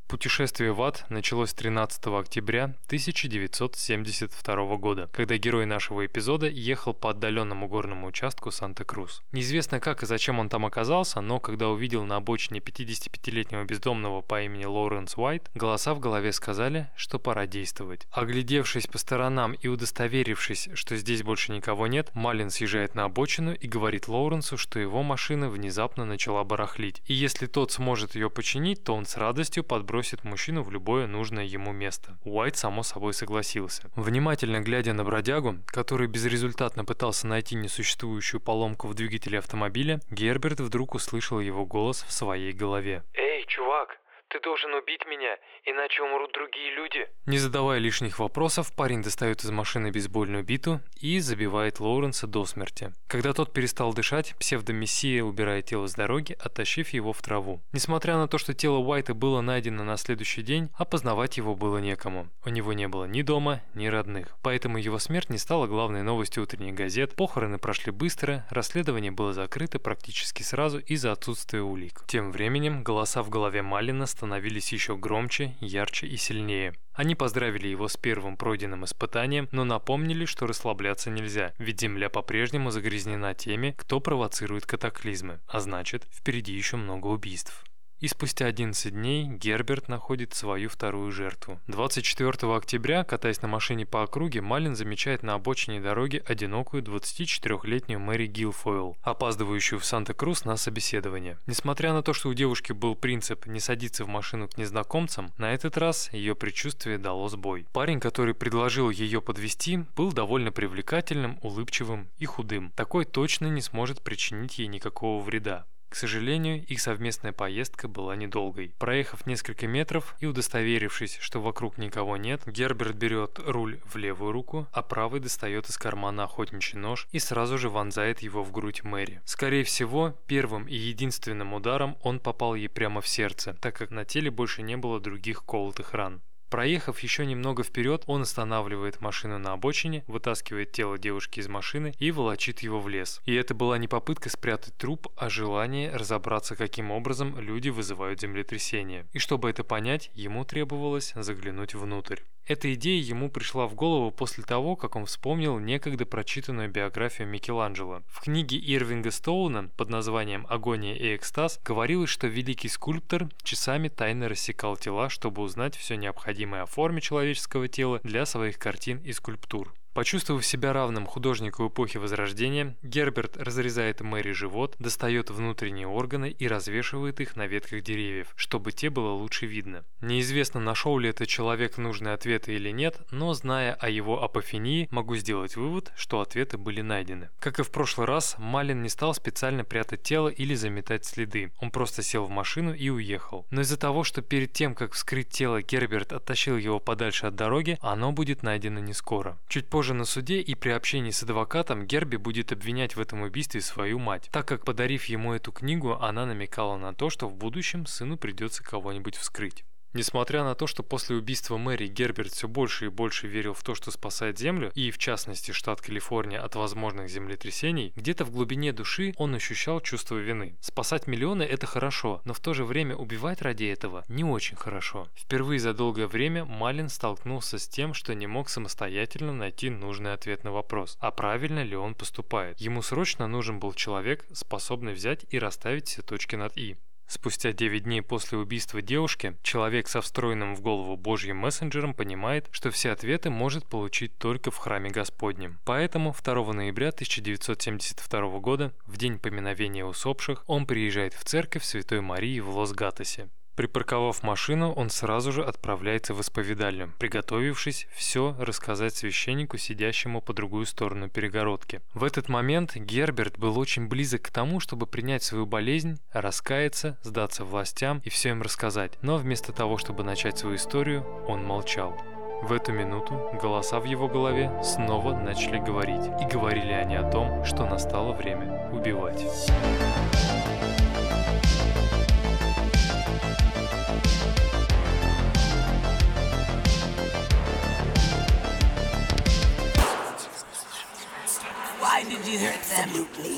Путешествие в ад началось тринадцатого октября тысяча девятьсот семьдесят второго года, когда герой нашего эпизода ехал по отдаленному горному участку Санта-Крус. Неизвестно как и зачем он там оказался, но когда увидел на обочине пятидесятипятилетнего бездомного по имени Лоуренс Уайт, голоса в голове сказали, что пора действовать. Оглядевшись по сторонам и удостоверившись, что здесь больше никого нет, Малин съезжает на обочину и говорит Лоуренсу, что его машина внезапно начала барахлить, и если тот сможет ее починить, то он с радостью подбросит бросит мужчину в любое нужное ему место. Уайт, само собой, согласился. Внимательно глядя на бродягу, который безрезультатно пытался найти несуществующую поломку в двигателе автомобиля, Герберт вдруг услышал его голос в своей голове. «Эй, чувак, ты должен убить меня, иначе умрут другие люди». Не задавая лишних вопросов, парень достает из машины бейсбольную биту и забивает Лоуренса до смерти. Когда тот перестал дышать, псевдомессия убирает тело с дороги, оттащив его в траву. Несмотря на то, что тело Уайта было найдено на следующий день, опознавать его было некому. У него не было ни дома, ни родных. Поэтому его смерть не стала главной новостью утренних газет, похороны прошли быстро, расследование было закрыто практически сразу из-за отсутствия улик. Тем временем голоса в голове Малина становились еще громче, ярче и сильнее. Они поздравили его с первым пройденным испытанием, но напомнили, что расслабляться нельзя, ведь Земля по-прежнему загрязнена теми, кто провоцирует катаклизмы, а значит, впереди еще много убийств. И спустя одиннадцать дней Герберт находит свою вторую жертву. двадцать четвёртого октября, катаясь на машине по округе, Малин замечает на обочине дороги одинокую двадцатичетырёхлетнюю Мэри Гилфойл, опаздывающую в Санта-Крус на собеседование. Несмотря на то, что у девушки был принцип не садиться в машину к незнакомцам, на этот раз ее предчувствие дало сбой. Парень, который предложил ее подвезти, был довольно привлекательным, улыбчивым и худым. Такой точно не сможет причинить ей никакого вреда. К сожалению, их совместная поездка была недолгой. Проехав несколько метров и удостоверившись, что вокруг никого нет, Герберт берет руль в левую руку, а правой достает из кармана охотничий нож и сразу же вонзает его в грудь Мэри. Скорее всего, первым и единственным ударом он попал ей прямо в сердце, так как на теле больше не было других колотых ран. Проехав еще немного вперед, он останавливает машину на обочине, вытаскивает тело девушки из машины и волочит его в лес. И это была не попытка спрятать труп, а желание разобраться, каким образом люди вызывают землетрясение. И чтобы это понять, ему требовалось заглянуть внутрь. Эта идея ему пришла в голову после того, как он вспомнил некогда прочитанную биографию Микеланджело. В книге Ирвинга Стоуна под названием «Агония и экстаз» говорилось, что великий скульптор часами тайно рассекал тела, чтобы узнать все необходимое о форме человеческого тела для своих картин и скульптур. Почувствовав себя равным художнику эпохи Возрождения, Герберт разрезает Мэри живот, достает внутренние органы и развешивает их на ветках деревьев, чтобы те было лучше видно. Неизвестно, нашел ли этот человек нужные ответы или нет, но, зная о его апофении, могу сделать вывод, что ответы были найдены. Как и в прошлый раз, Малин не стал специально прятать тело или заметать следы. Он просто сел в машину и уехал. Но из-за того, что перед тем, как вскрыть тело, Герберт оттащил его подальше от дороги, оно будет найдено не скоро. Чуть позже на суде и при общении с адвокатом Герби будет обвинять в этом убийстве свою мать, так как, подарив ему эту книгу, она намекала на то, что в будущем сыну придется кого-нибудь вскрыть. Несмотря на то, что после убийства Мэри Герберт все больше и больше верил в то, что спасает Землю, и в частности штат Калифорния от возможных землетрясений, где-то в глубине души он ощущал чувство вины. Спасать миллионы – это хорошо, но в то же время убивать ради этого не очень хорошо. Впервые за долгое время Малин столкнулся с тем, что не мог самостоятельно найти нужный ответ на вопрос, а правильно ли он поступает. Ему срочно нужен был человек, способный взять и расставить все точки над «и». Спустя девять дней после убийства девушки, человек со встроенным в голову Божьим мессенджером понимает, что все ответы может получить только в храме Господнем. Поэтому второго ноября тысяча девятьсот семьдесят второго года, в день поминовения усопших, он приезжает в церковь Святой Марии в Лос-Гатосе. Припарковав машину, он сразу же отправляется в исповедальню, приготовившись все рассказать священнику, сидящему по другую сторону перегородки. В этот момент Герберт был очень близок к тому, чтобы принять свою болезнь, раскаяться, сдаться властям и все им рассказать. Но вместо того, чтобы начать свою историю, он молчал. В эту минуту голоса в его голове снова начали говорить. И говорили они о том, что настало время убивать. Why did you hurt them? Absolutely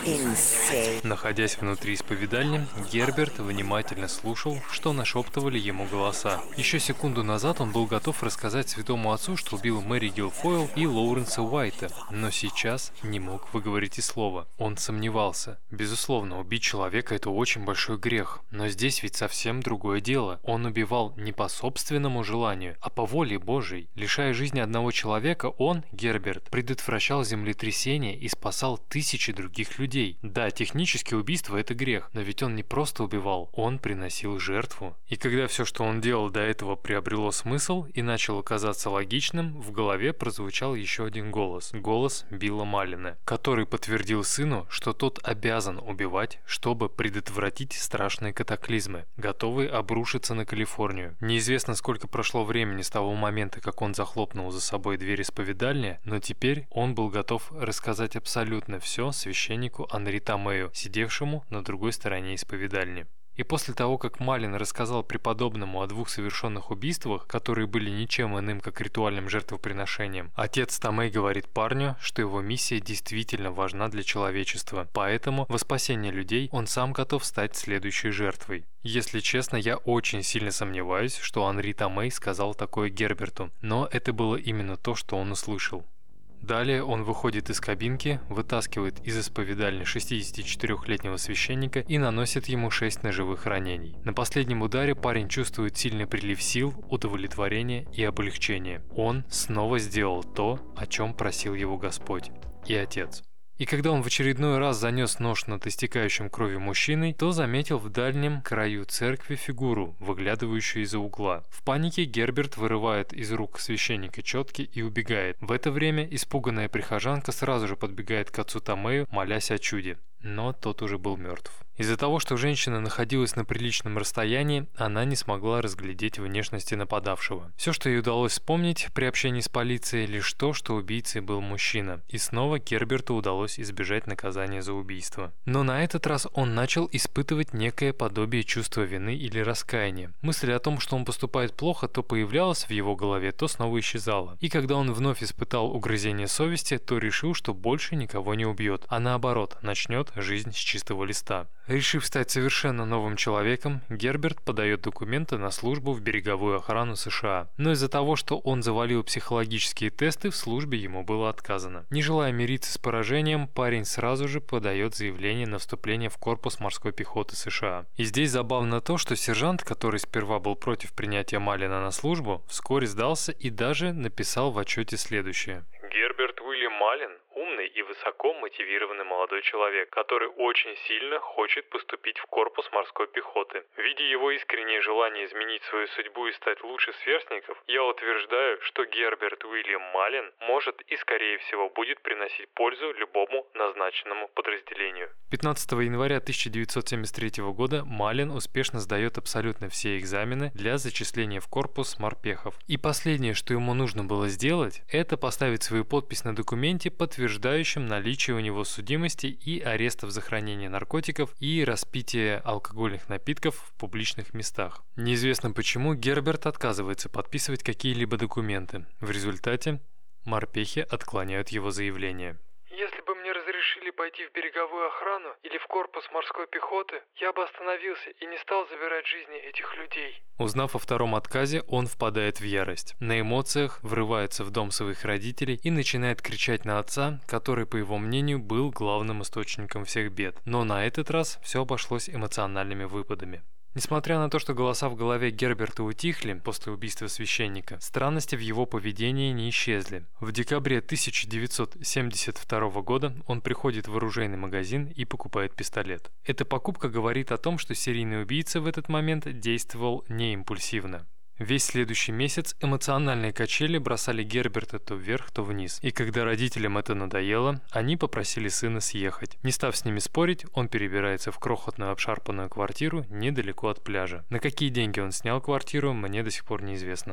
insane. Находясь внутри исповедальни, Герберт внимательно слушал, что нашептывали ему голоса. Еще секунду назад он был готов рассказать святому отцу, что убил Мэри Гилфойл и Лоуренса Уайта, но сейчас не мог выговорить и слова. Он сомневался. Безусловно, убить человека – это очень большой грех, но здесь ведь совсем другое дело. Он убивал не по собственному желанию, а по воле Божией. Лишая жизни одного человека, он, Герберт, предотвращал землетрясение и спасал тысячи других людей. Да, технически убийство – это грех, но ведь он не просто убивал, он приносил жертву. И когда все, что он делал до этого, приобрело смысл и начало казаться логичным, в голове прозвучал еще один голос – голос Билла Маллена, который подтвердил сыну, что тот обязан убивать, чтобы предотвратить страшные катаклизмы, готовые обрушиться на Калифорнию. Неизвестно, сколько прошло времени с того момента, как он захлопнул за собой дверь исповедальни, но теперь он был готов рассказать абсолютно все священнику Анри Томею, сидевшему на другой стороне исповедальни. И после того, как Маллен рассказал преподобному о двух совершенных убийствах, которые были ничем иным, как ритуальным жертвоприношением, отец Томей говорит парню, что его миссия действительно важна для человечества, поэтому во спасение людей он сам готов стать следующей жертвой. Если честно, я очень сильно сомневаюсь, что Анри Томей сказал такое Герберту, но это было именно то, что он услышал. Далее он выходит из кабинки, вытаскивает из исповедальни шестидесятичетырёхлетнего священника и наносит ему шесть ножевых ранений. На последнем ударе парень чувствует сильный прилив сил, удовлетворения и облегчения. Он снова сделал то, о чем просил его Господь и Отец. И когда он в очередной раз занес нож над истекающим кровью мужчиной, то заметил в дальнем краю церкви фигуру, выглядывающую из-за угла. В панике Герберт вырывает из рук священника четки и убегает. В это время испуганная прихожанка сразу же подбегает к отцу Томею, молясь о чуде. Но тот уже был мертв. Из-за того, что женщина находилась на приличном расстоянии, она не смогла разглядеть внешности нападавшего. Все, что ей удалось вспомнить при общении с полицией, лишь то, что убийцей был мужчина. И снова Герберту удалось избежать наказания за убийство. Но на этот раз он начал испытывать некое подобие чувства вины или раскаяния. Мысль о том, что он поступает плохо, то появлялась в его голове, то снова исчезала. И когда он вновь испытал угрызение совести, то решил, что больше никого не убьет, а наоборот, начнет жизнь с чистого листа. Решив стать совершенно новым человеком, Герберт подает документы на службу в береговую охрану США. Но из-за того, что он завалил психологические тесты, в службе ему было отказано. Не желая мириться с поражением, парень сразу же подает заявление на вступление в корпус морской пехоты США. И здесь забавно то, что сержант, который сперва был против принятия Маллена на службу, вскоре сдался и даже написал в отчете следующее. Герберт Уильям Маллен – умный и высоко мотивированный молодой человек, который очень сильно хочет поступить в корпус морской пехоты. Видя его искреннее желание изменить свою судьбу и стать лучше сверстников, я утверждаю, что Герберт Уильям Маллен может и, скорее всего, будет приносить пользу любому назначенному подразделению. пятнадцатого января тысяча девятьсот семьдесят третьего года Маллен успешно сдает абсолютно все экзамены для зачисления в корпус морпехов. И последнее, что ему нужно было сделать, это поставить свою подпись на документе, подтверждающем наличие у него судимости и арестов за хранение наркотиков и распитие алкогольных напитков в публичных местах. Неизвестно почему Герберт отказывается подписывать какие-либо документы. В результате морпехи отклоняют его заявление. Если бы мне разрешили пойти в береговую охрану или в корпус морской пехоты, я бы остановился и не стал забирать жизни этих людей. Узнав о втором отказе, он впадает в ярость. На эмоциях врывается в дом своих родителей и начинает кричать на отца, который, по его мнению, был главным источником всех бед. Но на этот раз все обошлось эмоциональными выпадами. Несмотря на то, что голоса в голове Герберта утихли после убийства священника, странности в его поведении не исчезли. В декабре тысяча девятьсот семьдесят второго года он приходит в оружейный магазин и покупает пистолет. Эта покупка говорит о том, что серийный убийца в этот момент действовал не импульсивно. Весь следующий месяц эмоциональные качели бросали Герберта то вверх, то вниз. И когда родителям это надоело, они попросили сына съехать. Не став с ними спорить, он перебирается в крохотную обшарпанную квартиру недалеко от пляжа. На какие деньги он снял квартиру, мне до сих пор неизвестно.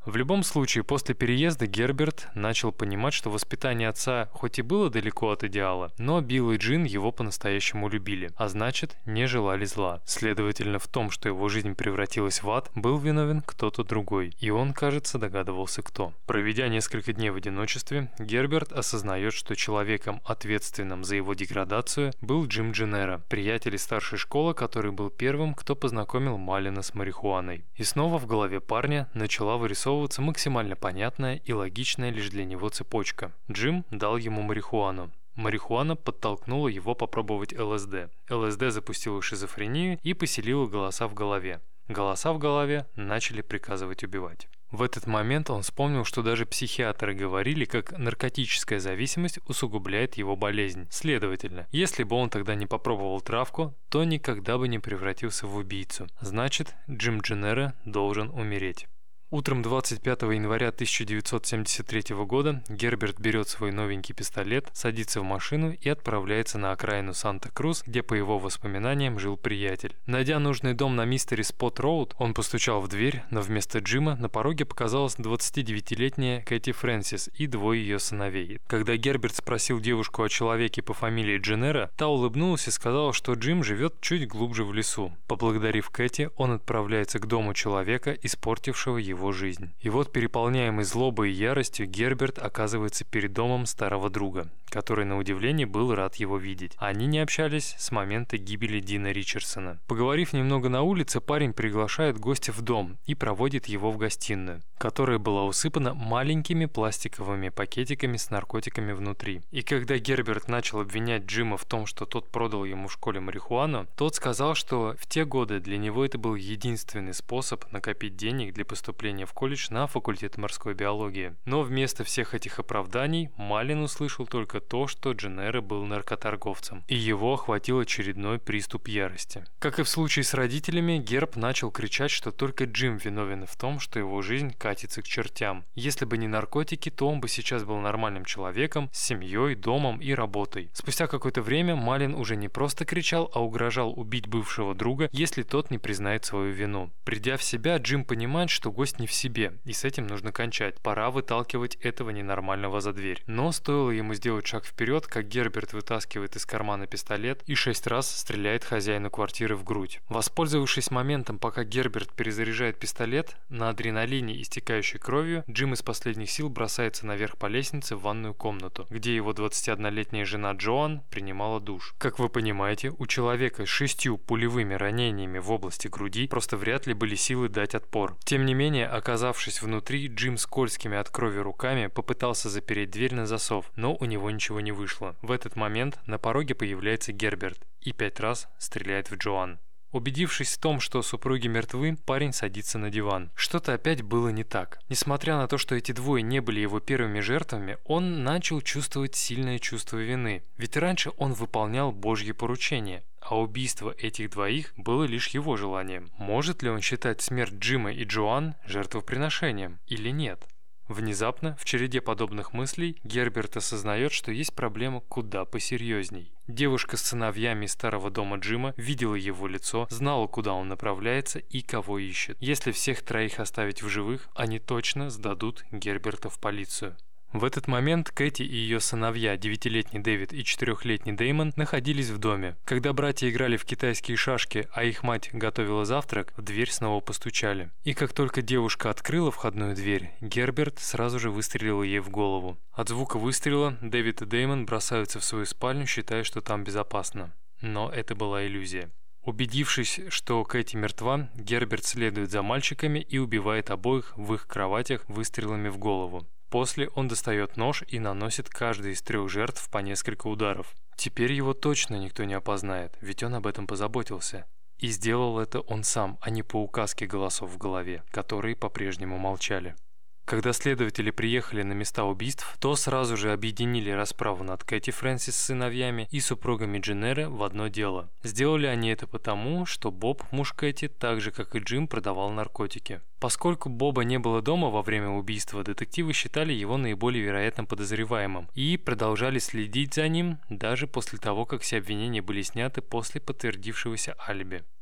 В любом случае, после переезда Герберт начал понимать, что воспитание отца хоть и было далеко от идеала, но Билл и Джин его по-настоящему любили, а значит, не желали зла. Следовательно, в том, что его жизнь превратилась в ад, был виновен кто-то другой, и он, кажется, догадывался, кто. Проведя несколько дней в одиночестве, Герберт осознает, что человеком, ответственным за его деградацию, был Джим Дженнера, приятель из старшей школы, который был первым, кто познакомил Малина с марихуаной. И снова в голове парня начала вырисовываться максимально понятная и логичная лишь для него цепочка. Джим дал ему марихуану. Марихуана подтолкнула его попробовать ЛСД. ЛСД запустила шизофрению и поселила голоса в голове. Голоса в голове начали приказывать убивать. В этот момент он вспомнил, что даже психиатры говорили, как наркотическая зависимость усугубляет его болезнь. Следовательно, если бы он тогда не попробовал травку, то никогда бы не превратился в убийцу. Значит, Джим Дженнера должен умереть. Утром двадцать пятого января тысяча девятьсот семьдесят третьего года Герберт берет свой новенький пистолет, садится в машину и отправляется на окраину Санта-Крус, где, по его воспоминаниям, жил приятель. Найдя нужный дом на Мистери Спот Роуд, он постучал в дверь, но вместо Джима на пороге показалась двадцатидевятилетняя Кэти Фрэнсис и двое ее сыновей. Когда Герберт спросил девушку о человеке по фамилии Дженнера, та улыбнулась и сказала, что Джим живет чуть глубже в лесу. Поблагодарив Кэти, он отправляется к дому человека, испортившего его его жизнь. И вот, переполняемый злобой и яростью, Герберт оказывается перед домом старого друга, который, на удивление, был рад его видеть. Они не общались с момента гибели Дина Ричардсона. Поговорив немного на улице, парень приглашает гостя в дом и проводит его в гостиную, которая была усыпана маленькими пластиковыми пакетиками с наркотиками внутри. И когда Герберт начал обвинять Джима в том, что тот продал ему в школе марихуану, тот сказал, что в те годы для него это был единственный способ накопить денег для поступления в колледж на факультет морской биологии. Но вместо всех этих оправданий Малин услышал только то, что Дженнера был наркоторговцем, и его охватил очередной приступ ярости. Как и в случае с родителями, Герб начал кричать, что только Джим виновен в том, что его жизнь катится к чертям. Если бы не наркотики, то он бы сейчас был нормальным человеком, с семьей, домом и работой. Спустя какое-то время Малин уже не просто кричал, а угрожал убить бывшего друга, если тот не признает свою вину. Придя в себя, Джим понимает, что гость не в себе, и с этим нужно кончать. Пора выталкивать этого ненормального за дверь. Но стоило ему сделать шаг вперед, как Герберт вытаскивает из кармана пистолет и шесть раз стреляет хозяину квартиры в грудь. Воспользовавшись моментом, пока Герберт перезаряжает пистолет, на адреналине, истекающей кровью, Джим из последних сил бросается наверх по лестнице в ванную комнату, где его двадцатиоднолетняя жена Джоан принимала душ. Как вы понимаете, у человека с шестью пулевыми ранениями в области груди просто вряд ли были силы дать отпор. Тем не менее, оказавшись внутри, Джим скользкими от крови руками попытался запереть дверь на засов, но у него ничего не вышло. В этот момент на пороге появляется Герберт и пять раз стреляет в Джоан. Убедившись в том, что супруги мертвы, парень садится на диван. Что-то опять было не так. Несмотря на то, что эти двое не были его первыми жертвами, он начал чувствовать сильное чувство вины. Ведь раньше он выполнял Божьи поручения, а убийство этих двоих было лишь его желанием. Может ли он считать смерть Джима и Джоан жертвоприношением или нет? Внезапно, в череде подобных мыслей, Герберт осознает, что есть проблема куда посерьезней. Девушка с сыновьями из старого дома Джима видела его лицо, знала, куда он направляется и кого ищет. Если всех троих оставить в живых, они точно сдадут Герберта в полицию. В этот момент Кэти и ее сыновья, девятилетний Дэвид и четырехлетний Дэймон, находились в доме. Когда братья играли в китайские шашки, а их мать готовила завтрак, в дверь снова постучали. И как только девушка открыла входную дверь, Герберт сразу же выстрелил ей в голову. От звука выстрела Дэвид и Дэймон бросаются в свою спальню, считая, что там безопасно. Но это была иллюзия. Убедившись, что Кэти мертва, Герберт следует за мальчиками и убивает обоих в их кроватях выстрелами в голову. После он достает нож и наносит каждой из трех жертв по несколько ударов. Теперь его точно никто не опознает, ведь он об этом позаботился. И сделал это он сам, а не по указке голосов в голове, которые по-прежнему молчали. Когда следователи приехали на места убийств, то сразу же объединили расправу над Кэти Фрэнсис с сыновьями и супругами Дженнера в одно дело. Сделали они это потому, что Боб, муж Кэти, так же как и Джим, продавал наркотики. Поскольку Боба не было дома во время убийства, детективы считали его наиболее вероятным подозреваемым и продолжали следить за ним даже после того, как все обвинения были сняты после подтвердившегося алиби.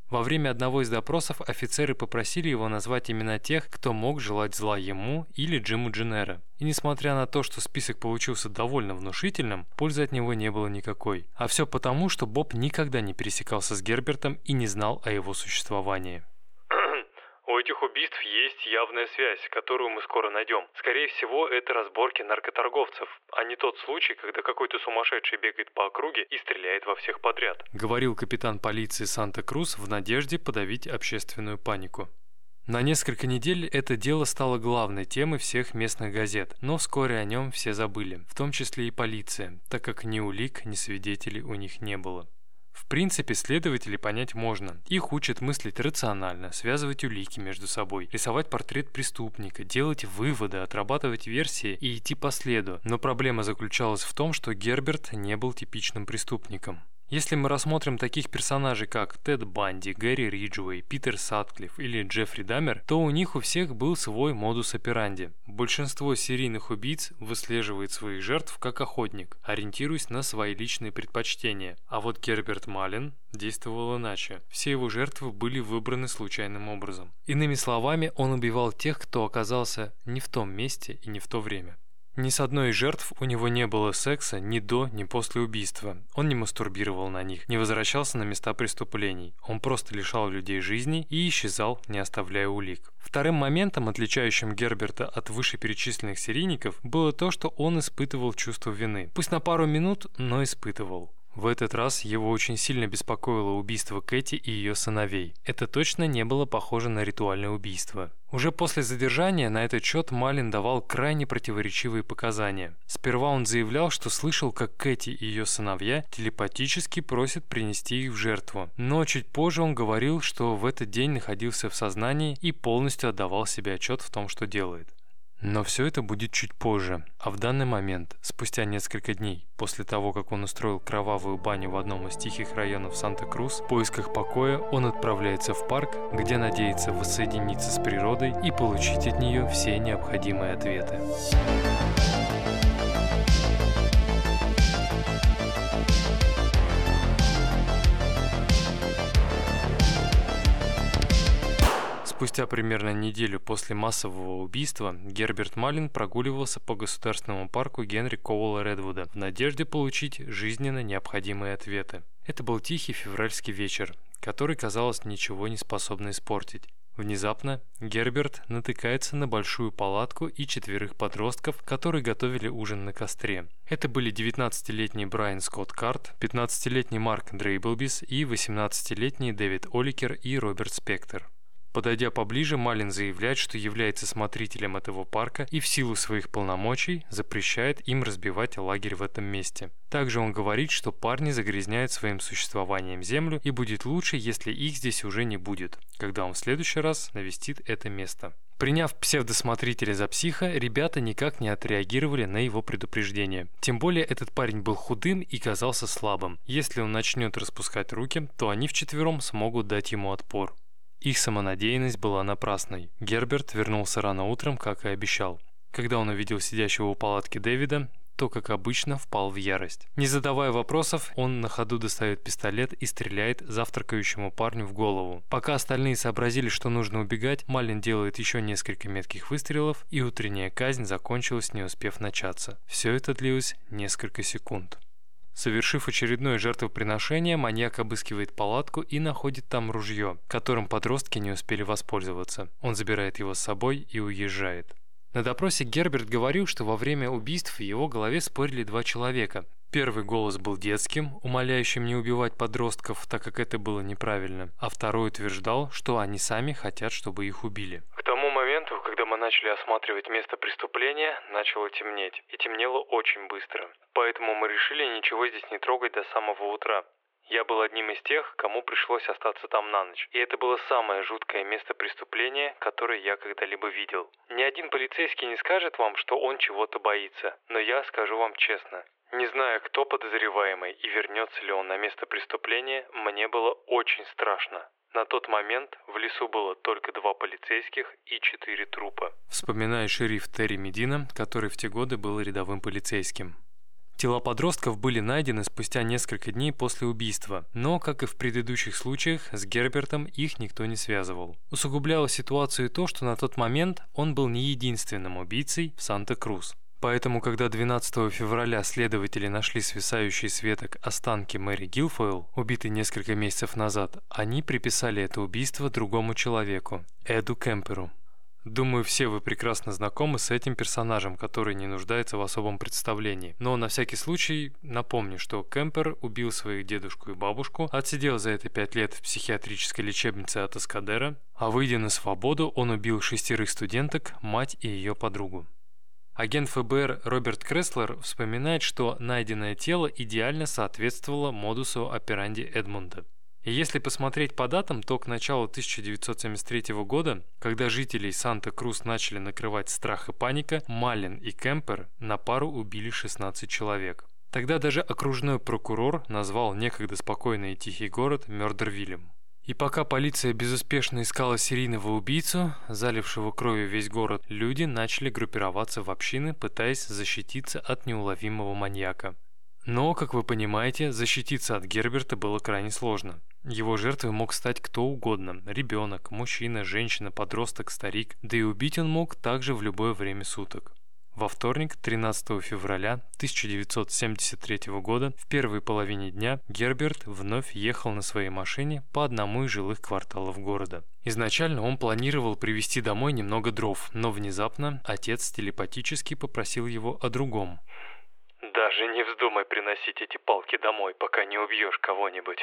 Во время одного из допросов офицеры попросили его назвать имена тех, кто мог желать зла ему или Джиму Дженнера. И несмотря на то, что список получился довольно внушительным, пользы от него не было никакой. А все потому, что Боб никогда не пересекался с Гербертом и не знал о его существовании. У этих убийств есть явная связь, которую мы скоро найдем. Скорее всего, это разборки наркоторговцев, а не тот случай, когда какой-то сумасшедший бегает по округе и стреляет во всех подряд. Говорил капитан полиции Санта-Крус в надежде подавить общественную панику. На несколько недель это дело стало главной темой всех местных газет, но вскоре о нем все забыли, в том числе и полиция, так как ни улик, ни свидетелей у них не было. В принципе, следователей понять можно. Их учат мыслить рационально, связывать улики между собой, рисовать портрет преступника, делать выводы, отрабатывать версии и идти по следу. Но проблема заключалась в том, что Герберт не был типичным преступником. Если мы рассмотрим таких персонажей, как Тед Банди, Гэри Риджуэй, Питер Сатклифф или Джеффри Даммер, то у них у всех был свой модус операнди. Большинство серийных убийц выслеживает своих жертв как охотник, ориентируясь на свои личные предпочтения. А вот Герберт Малин действовал иначе. Все его жертвы были выбраны случайным образом. Иными словами, он убивал тех, кто оказался не в том месте и не в то время. Ни с одной из жертв у него не было секса ни до, ни после убийства. Он не мастурбировал на них, не возвращался на места преступлений. Он просто лишал людей жизни и исчезал, не оставляя улик. Вторым моментом, отличающим Герберта от вышеперечисленных серийников, было то, что он испытывал чувство вины. Пусть на пару минут, но испытывал. В этот раз его очень сильно беспокоило убийство Кэти и ее сыновей. Это точно не было похоже на ритуальное убийство. Уже после задержания на этот счет Малин давал крайне противоречивые показания. Сперва он заявлял, что слышал, как Кэти и ее сыновья телепатически просят принести их в жертву. Но чуть позже он говорил, что в этот день находился в сознании и полностью отдавал себе отчет в том, что делает. Но все это будет чуть позже, а в данный момент, спустя несколько дней, после того, как он устроил кровавую баню в одном из тихих районов Санта-Крус, в поисках покоя он отправляется в парк, где надеется воссоединиться с природой и получить от нее все необходимые ответы. Спустя примерно неделю после массового убийства Герберт Малин прогуливался по государственному парку Генри Коула Редвуда в надежде получить жизненно необходимые ответы. Это был тихий февральский вечер, который, казалось, ничего не способен испортить. Внезапно Герберт натыкается на большую палатку и четверых подростков, которые готовили ужин на костре. Это были девятнадцатилетний Брайан Скотт Карт, пятнадцатилетний Марк Дрейблбис и восемнадцатилетний Дэвид Оликер и Роберт Спектор. Подойдя поближе, Малин заявляет, что является смотрителем этого парка и в силу своих полномочий запрещает им разбивать лагерь в этом месте. Также он говорит, что парни загрязняют своим существованием землю и будет лучше, если их здесь уже не будет, когда он в следующий раз навестит это место. Приняв псевдосмотрителя за психа, ребята никак не отреагировали на его предупреждение. Тем более этот парень был худым и казался слабым. Если он начнет распускать руки, то они вчетвером смогут дать ему отпор. Их самонадеянность была напрасной. Герберт вернулся рано утром, как и обещал. Когда он увидел сидящего у палатки Дэвида, то, как обычно, впал в ярость. Не задавая вопросов, он на ходу достает пистолет и стреляет завтракающему парню в голову. Пока остальные сообразили, что нужно убегать, Малин делает еще несколько метких выстрелов, и утренняя казнь закончилась, не успев начаться. Все это длилось несколько секунд. Совершив очередное жертвоприношение, маньяк обыскивает палатку и находит там ружье, которым подростки не успели воспользоваться. Он забирает его с собой и уезжает. На допросе Герберт говорил, что во время убийств в его голове спорили два человека. Первый голос был детским, умоляющим не убивать подростков, так как это было неправильно, а второй утверждал, что они сами хотят, чтобы их убили. К тому моменту, когда мы начали осматривать место преступления, начало темнеть. И темнело очень быстро. Поэтому мы решили ничего здесь не трогать до самого утра. Я был одним из тех, кому пришлось остаться там на ночь. И это было самое жуткое место преступления, которое я когда-либо видел. Ни один полицейский не скажет вам, что он чего-то боится. Но я скажу вам честно. Не зная, кто подозреваемый и вернется ли он на место преступления, мне было очень страшно. На тот момент в лесу было только два полицейских и четыре трупа. Вспоминает шериф Терри Медина, который в те годы был рядовым полицейским. Тела подростков были найдены спустя несколько дней после убийства, но, как и в предыдущих случаях, с Гербертом их никто не связывал. Усугубляло ситуацию то, что на тот момент он был не единственным убийцей в Санта-Крус. Поэтому, когда двенадцатого февраля следователи нашли свисающие с веток останки Мэри Гилфойл, убитой несколько месяцев назад, они приписали это убийство другому человеку – Эду Кемперу. Думаю, все вы прекрасно знакомы с этим персонажем, который не нуждается в особом представлении. Но на всякий случай напомню, что Кемпер убил своих дедушку и бабушку, отсидел за это пять лет в психиатрической лечебнице от Аскадера, а выйдя на свободу, он убил шестерых студенток, мать и ее подругу. Агент эф бэ эр Роберт Креслер вспоминает, что найденное тело идеально соответствовало модусу операнди Эдмунда. И если посмотреть по датам, то к началу тысяча девятьсот семьдесят третьего года, когда жителей Санта-Крус начали накрывать страх и паника, Маллен и Кемпер на пару убили шестнадцать человек. Тогда даже окружной прокурор назвал некогда спокойный и тихий город Мёрдервиллем. И пока полиция безуспешно искала серийного убийцу, залившего кровью весь город, люди начали группироваться в общины, пытаясь защититься от неуловимого маньяка. Но, как вы понимаете, защититься от Герберта было крайне сложно. Его жертвой мог стать кто угодно – ребенок, мужчина, женщина, подросток, старик, да и убить он мог также в любое время суток. Во вторник, тринадцатого февраля тысяча девятьсот семьдесят третьего года, в первой половине дня, Герберт вновь ехал на своей машине по одному из жилых кварталов города. Изначально он планировал привезти домой немного дров, но внезапно отец телепатически попросил его о другом. «Даже не вздумай приносить эти палки домой, пока не убьешь кого-нибудь».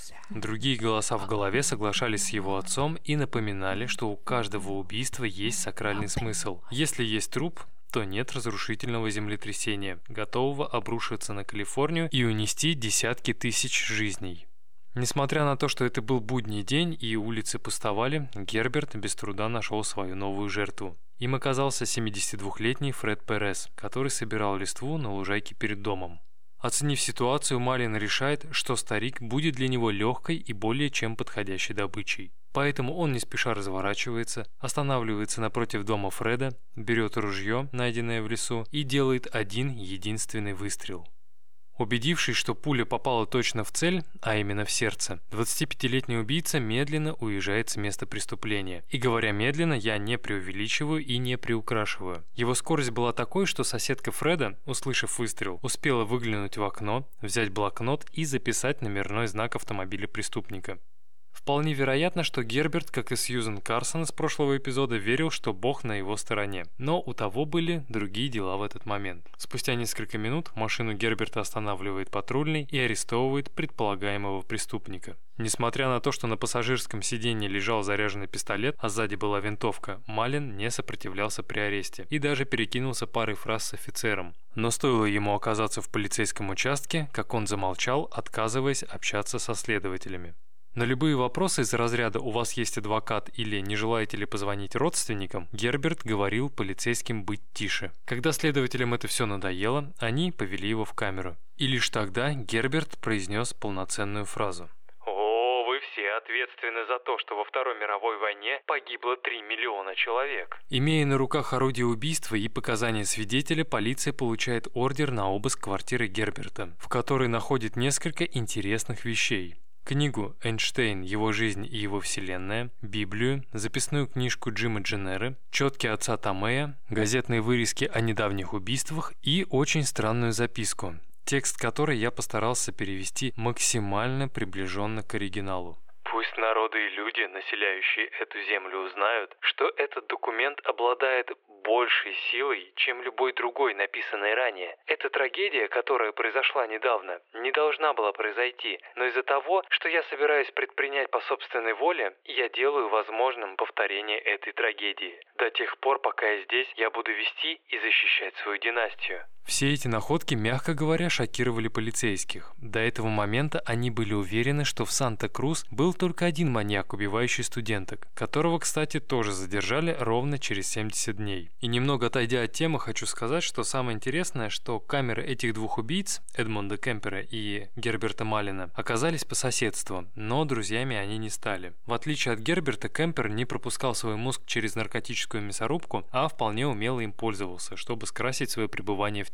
Другие голоса в голове соглашались с его отцом и напоминали, что у каждого убийства есть сакральный смысл. Если есть труп, то нет разрушительного землетрясения, готового обрушиться на Калифорнию и унести десятки тысяч жизней. Несмотря на то, что это был будний день и улицы пустовали, Герберт без труда нашел свою новую жертву. Им оказался семидесятидвухлетний Фред Перес, который собирал листву на лужайке перед домом. Оценив ситуацию, Маллен решает, что старик будет для него легкой и более чем подходящей добычей. Поэтому он не спеша разворачивается, останавливается напротив дома Фреда, берет ружье, найденное в лесу, и делает один единственный выстрел. Убедившись, что пуля попала точно в цель, а именно в сердце, двадцатипятилетний убийца медленно уезжает с места преступления. И говоря медленно, я не преувеличиваю и не приукрашиваю. Его скорость была такой, что соседка Фреда, услышав выстрел, успела выглянуть в окно, взять блокнот и записать номерной знак автомобиля преступника. Вполне вероятно, что Герберт, как и Сьюзен Карсон из прошлого эпизода, верил, что Бог на его стороне. Но у того были другие дела в этот момент. Спустя несколько минут машину Герберта останавливает патрульный и арестовывает предполагаемого преступника. Несмотря на то, что на пассажирском сиденье лежал заряженный пистолет, а сзади была винтовка, Маллен не сопротивлялся при аресте и даже перекинулся парой фраз с офицером. Но стоило ему оказаться в полицейском участке, как он замолчал, отказываясь общаться со следователями. На любые вопросы из разряда «У вас есть адвокат» или «Не желаете ли позвонить родственникам?» Герберт говорил полицейским быть тише. Когда следователям это все надоело, они повели его в камеру. И лишь тогда Герберт произнес полноценную фразу. «О, вы все ответственны за то, что во Второй мировой войне погибло три миллиона человек». Имея на руках орудие убийства и показания свидетеля, полиция получает ордер на обыск квартиры Герберта, в которой находит несколько интересных вещей. Книгу «Эйнштейн. Его жизнь и его вселенная», Библию, записную книжку Джима Дженнеры, четки отца Томея, газетные вырезки о недавних убийствах и очень странную записку, текст которой я постарался перевести максимально приближенно к оригиналу. Пусть народы и люди, населяющие эту землю, узнают, что этот документ обладает большей силой, чем любой другой, написанный ранее. Эта трагедия, которая произошла недавно, не должна была произойти, но из-за того, что я собираюсь предпринять по собственной воле, я делаю возможным повторение этой трагедии. До тех пор, пока я здесь, я буду вести и защищать свою династию. Все эти находки, мягко говоря, шокировали полицейских. До этого момента они были уверены, что в Санта-Крус был только один маньяк, убивающий студенток, которого, кстати, тоже задержали ровно через семьдесят дней. И немного отойдя от темы, хочу сказать, что самое интересное, что камеры этих двух убийц, Эдмунда Кемпера и Герберта Маллена, оказались по соседству, но друзьями они не стали. В отличие от Герберта, Кемпер не пропускал свой мозг через наркотическую мясорубку, а вполне умело им пользовался, чтобы скрасить свое пребывание в тюрьме.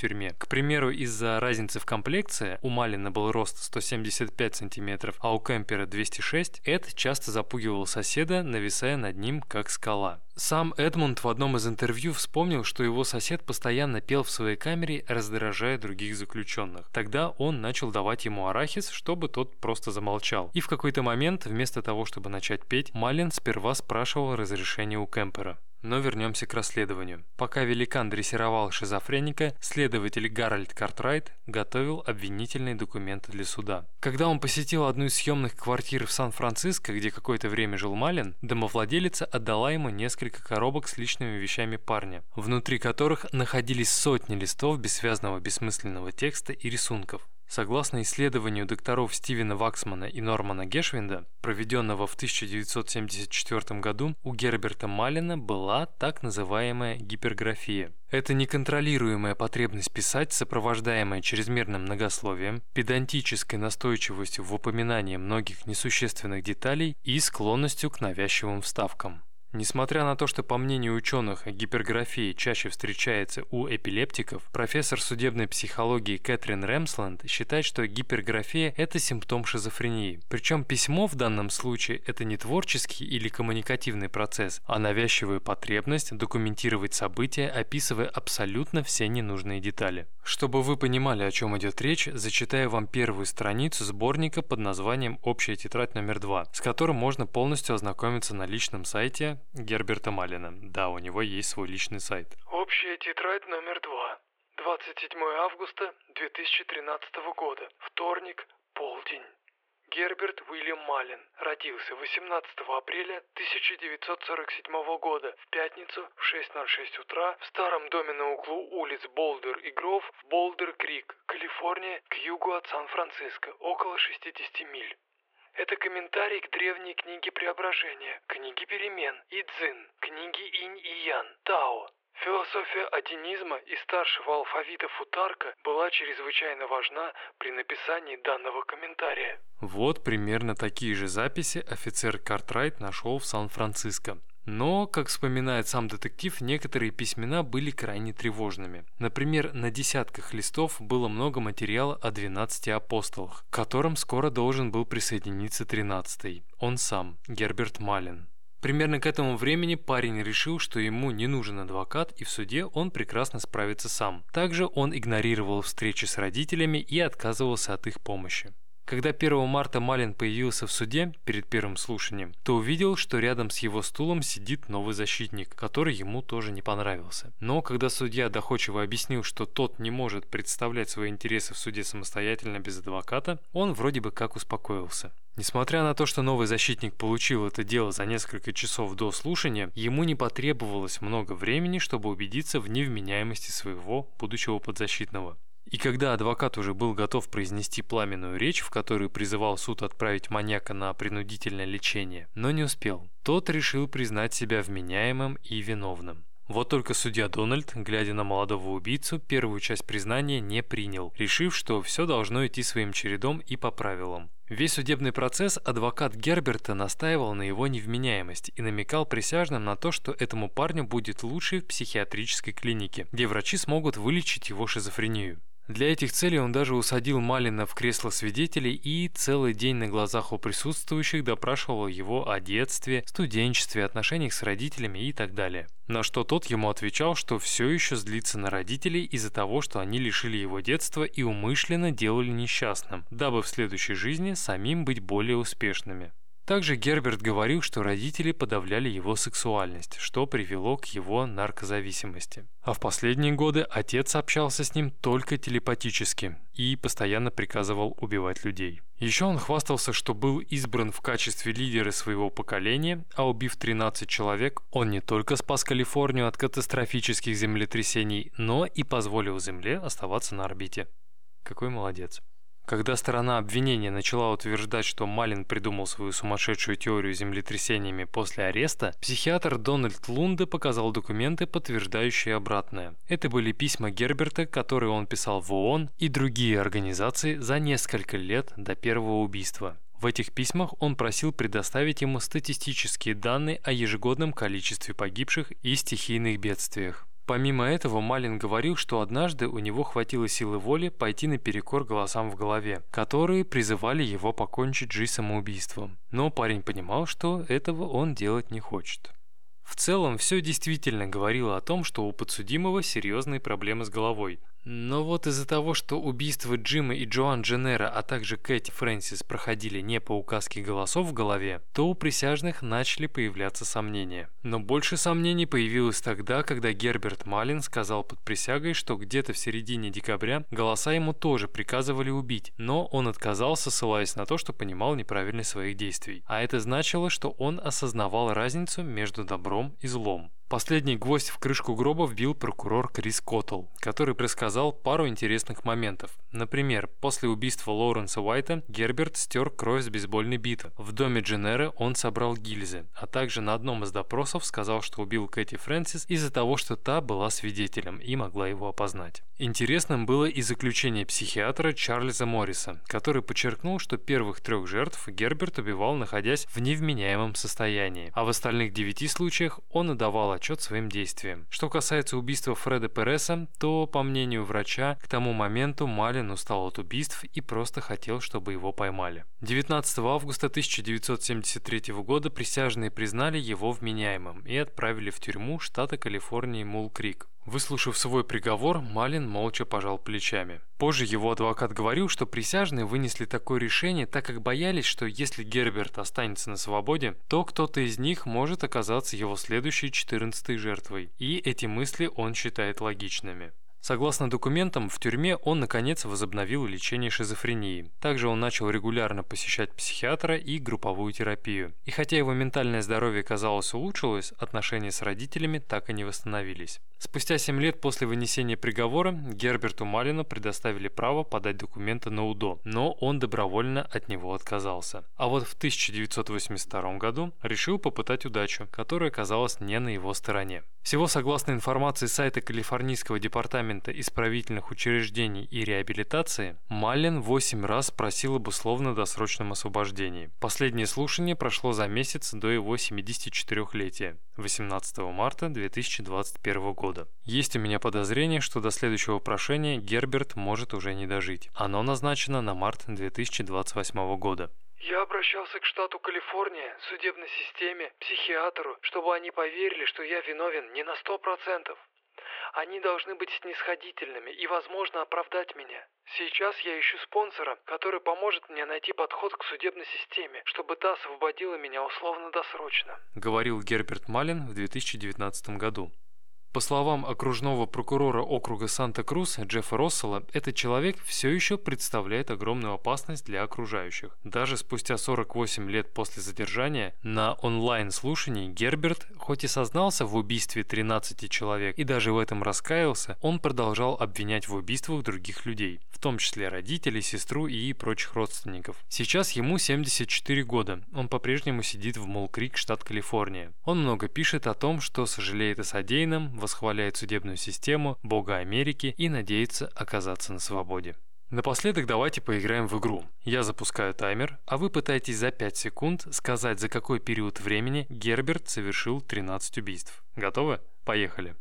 тюрьме. К примеру, из-за разницы в комплекции у Малина был рост сто семьдесят пять сантиметров, а у Кемпера двести шесть, Эд часто запугивал соседа, нависая над ним как скала. Сам Эдмунд в одном из интервью вспомнил, что его сосед постоянно пел в своей камере, раздражая других заключенных. Тогда он начал давать ему арахис, чтобы тот просто замолчал. И в какой-то момент, вместо того, чтобы начать петь, Малин сперва спрашивал разрешение у Кемпера. Но вернемся к расследованию. Пока великан дрессировал шизофреника, следователь Гарольд Картрайт готовил обвинительные документы для суда. Когда он посетил одну из съемных квартир в Сан-Франциско, где какое-то время жил Малин, домовладелица отдала ему несколько коробок с личными вещами парня, внутри которых находились сотни листов бессвязного бессмысленного текста и рисунков. Согласно исследованию докторов Стивена Ваксмана и Нормана Гешвинда, проведенного в тысяча девятьсот семьдесят четвёртом году, у Герберта Малина была так называемая гиперграфия. Это неконтролируемая потребность писать, сопровождаемая чрезмерным многословием, педантической настойчивостью в упоминании многих несущественных деталей и склонностью к навязчивым вставкам. Несмотря на то, что, по мнению ученых, гиперграфия чаще встречается у эпилептиков, профессор судебной психологии Кэтрин Рэмсленд считает, что гиперграфия – это симптом шизофрении. Причем письмо в данном случае – это не творческий или коммуникативный процесс, а навязчивая потребность документировать события, описывая абсолютно все ненужные детали. Чтобы вы понимали, о чем идет речь, зачитаю вам первую страницу сборника под названием «Общая тетрадь номер два», с которым можно полностью ознакомиться на личном сайте Герберта Малина. Да, у него есть свой личный сайт. Общая тетрадь номер два. двадцать седьмого августа две тысячи тринадцатого года. Вторник, полдень. Герберт Уильям Малин родился восемнадцатого апреля тысяча девятьсот сорок седьмого года в пятницу в шесть ноль шесть утра в старом доме на углу улиц Болдер и Гров в Болдер-Крик, Калифорния, к югу от Сан-Франциско, около шестьдесят миль. Это комментарий к древней книге Преображения, книге Перемен, Идзин, книге Инь и Ян, Тао. Философия адинизма и старшего алфавита Футарка была чрезвычайно важна при написании данного комментария. Вот примерно такие же записи офицер Картрайт нашел в Сан-Франциско. Но, как вспоминает сам детектив, некоторые письмена были крайне тревожными. Например, на десятках листов было много материала о двенадцати апостолах, к которым скоро должен был присоединиться тринадцатый. Он сам, Герберт Малин. Примерно к этому времени парень решил, что ему не нужен адвокат, и в суде он прекрасно справится сам. Также он игнорировал встречи с родителями и отказывался от их помощи. Когда первого марта Малин появился в суде перед первым слушанием, то увидел, что рядом с его стулом сидит новый защитник, который ему тоже не понравился. Но когда судья доходчиво объяснил, что тот не может представлять свои интересы в суде самостоятельно без адвоката, он вроде бы как успокоился. Несмотря на то, что новый защитник получил это дело за несколько часов до слушания, ему не потребовалось много времени, чтобы убедиться в невменяемости своего будущего подзащитного. И когда адвокат уже был готов произнести пламенную речь, в которой призывал суд отправить маньяка на принудительное лечение, но не успел, тот решил признать себя вменяемым и виновным. Вот только судья Дональд, глядя на молодого убийцу, первую часть признания не принял, решив, что все должно идти своим чередом и по правилам. Весь судебный процесс адвокат Герберта настаивал на его невменяемости и намекал присяжным на то, что этому парню будет лучше в психиатрической клинике, где врачи смогут вылечить его шизофрению. Для этих целей он даже усадил Малина в кресло свидетелей и целый день на глазах у присутствующих допрашивал его о детстве, студенчестве, отношениях с родителями и так далее. На что тот ему отвечал, что все еще злится на родителей из-за того, что они лишили его детства и умышленно делали несчастным, дабы в следующей жизни самим быть более успешными. Также Герберт говорил, что родители подавляли его сексуальность, что привело к его наркозависимости. А в последние годы отец общался с ним только телепатически и постоянно приказывал убивать людей. Еще он хвастался, что был избран в качестве лидера своего поколения, а убив тринадцать человек, он не только спас Калифорнию от катастрофических землетрясений, но и позволил Земле оставаться на орбите. Какой молодец. Когда сторона обвинения начала утверждать, что Малин придумал свою сумасшедшую теорию с землетрясениями после ареста, психиатр Дональд Лунде показал документы, подтверждающие обратное. Это были письма Герберта, которые он писал в ООН и другие организации за несколько лет до первого убийства. В этих письмах он просил предоставить ему статистические данные о ежегодном количестве погибших и стихийных бедствиях. Помимо этого, Малин говорил, что однажды у него хватило силы воли пойти наперекор голосам в голове, которые призывали его покончить жизнь самоубийством. Но парень понимал, что этого он делать не хочет. В целом, все действительно говорило о том, что у подсудимого серьезные проблемы с головой. Но вот из-за того, что убийства Джима и Джоан Дженнера, а также Кэти Фрэнсис проходили не по указке голосов в голове, то у присяжных начали появляться сомнения. Но больше сомнений появилось тогда, когда Герберт Малин сказал под присягой, что где-то в середине декабря голоса ему тоже приказывали убить, но он отказался, ссылаясь на то, что понимал неправильность своих действий. А это значило, что он осознавал разницу между добром и злом. Последний гвоздь в крышку гроба вбил прокурор Крис Коттл, который предсказал пару интересных моментов. Например, после убийства Лоуренса Уайта Герберт стер кровь с бейсбольной биты. В доме Дженнера он собрал гильзы, а также на одном из допросов сказал, что убил Кэти Фрэнсис из-за того, что та была свидетелем и могла его опознать. Интересным было и заключение психиатра Чарльза Морриса, который подчеркнул, что первых трех жертв Герберт убивал, находясь в невменяемом состоянии, а в остальных девяти случаях он отдавал отчет своим действиям. Что касается убийства Фреда Переса, то, по мнению врача, к тому моменту Малин устал от убийств и просто хотел, чтобы его поймали. девятнадцатого августа тысяча девятьсот семьдесят третьего года присяжные признали его вменяемым и отправили в тюрьму штата Калифорнии Мул-Крик. Выслушав свой приговор, Малин молча пожал плечами. Позже его адвокат говорил, что присяжные вынесли такое решение, так как боялись, что если Герберт останется на свободе, то кто-то из них может оказаться его следующей четырнадцатой жертвой, и эти мысли он считает логичными. Согласно документам, в тюрьме он наконец возобновил лечение шизофрении. Также он начал регулярно посещать психиатра и групповую терапию. И хотя его ментальное здоровье, казалось, улучшилось, отношения с родителями так и не восстановились. Спустя семь лет после вынесения приговора Герберту Малину предоставили право подать документы на УДО, но он добровольно от него отказался. А вот в тысяча девятьсот восемьдесят втором году решил попытать удачу, которая оказалась не на его стороне. Всего согласно информации сайта Калифорнийского департамента исправительных учреждений и реабилитации, Малин восемь раз просил об условно-досрочном освобождении. Последнее слушание прошло за месяц до его семидесятичетырёхлетия, восемнадцатого марта две тысячи двадцать первого года. Есть у меня подозрение, что до следующего прошения Герберт может уже не дожить. Оно назначено на март две тысячи двадцать восьмого года. Я обращался к штату Калифорния, судебной системе, психиатру, чтобы они поверили, что я виновен не на сто процентов. Они должны быть снисходительными и, возможно, оправдать меня. Сейчас я ищу спонсора, который поможет мне найти подход к судебной системе, чтобы та освободила меня условно-досрочно», — говорил Герберт Малин в две тысячи девятнадцатом году. По словам окружного прокурора округа Санта-Крус Джеффа Росселла, этот человек все еще представляет огромную опасность для окружающих. Даже спустя сорок восемь лет после задержания на онлайн-слушании Герберт, хоть и сознался в убийстве тринадцати человек и даже в этом раскаялся, он продолжал обвинять в убийствах других людей, в том числе родителей, сестру и прочих родственников. Сейчас ему семьдесят четыре года, он по-прежнему сидит в Мул-Крик, штат Калифорния. Он много пишет о том, что сожалеет о содеянном, восхваляет судебную систему, Бога Америки и надеется оказаться на свободе. Напоследок давайте поиграем в игру. Я запускаю таймер, а вы пытаетесь за пять секунд сказать, за какой период времени Герберт совершил тринадцать убийств. Готовы? Поехали.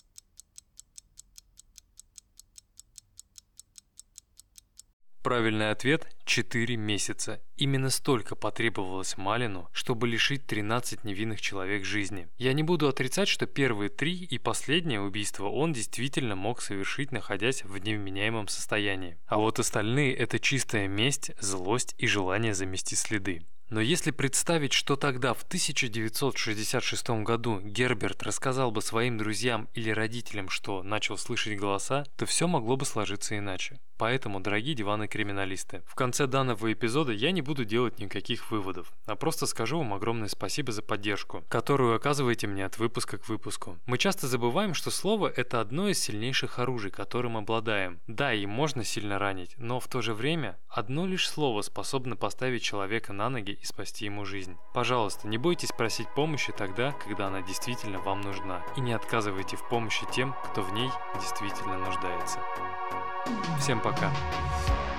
Правильный ответ – четыре месяца. Именно столько потребовалось Малину, чтобы лишить тринадцати невинных человек жизни. Я не буду отрицать, что первые три и последнее убийство он действительно мог совершить, находясь в невменяемом состоянии. А вот остальные – это чистая месть, злость и желание замести следы. Но если представить, что тогда, в тысяча девятьсот шестьдесят шестом году, Герберт рассказал бы своим друзьям или родителям, что начал слышать голоса, то все могло бы сложиться иначе. Поэтому, дорогие диваны-криминалисты, в конце данного эпизода я не буду делать никаких выводов, а просто скажу вам огромное спасибо за поддержку, которую оказываете мне от выпуска к выпуску. Мы часто забываем, что слово – это одно из сильнейших оружий, которым обладаем. Да, им можно сильно ранить, но в то же время одно лишь слово способно поставить человека на ноги и спасти ему жизнь. Пожалуйста, не бойтесь просить помощи тогда, когда она действительно вам нужна, и не отказывайте в помощи тем, кто в ней действительно нуждается. Всем пока!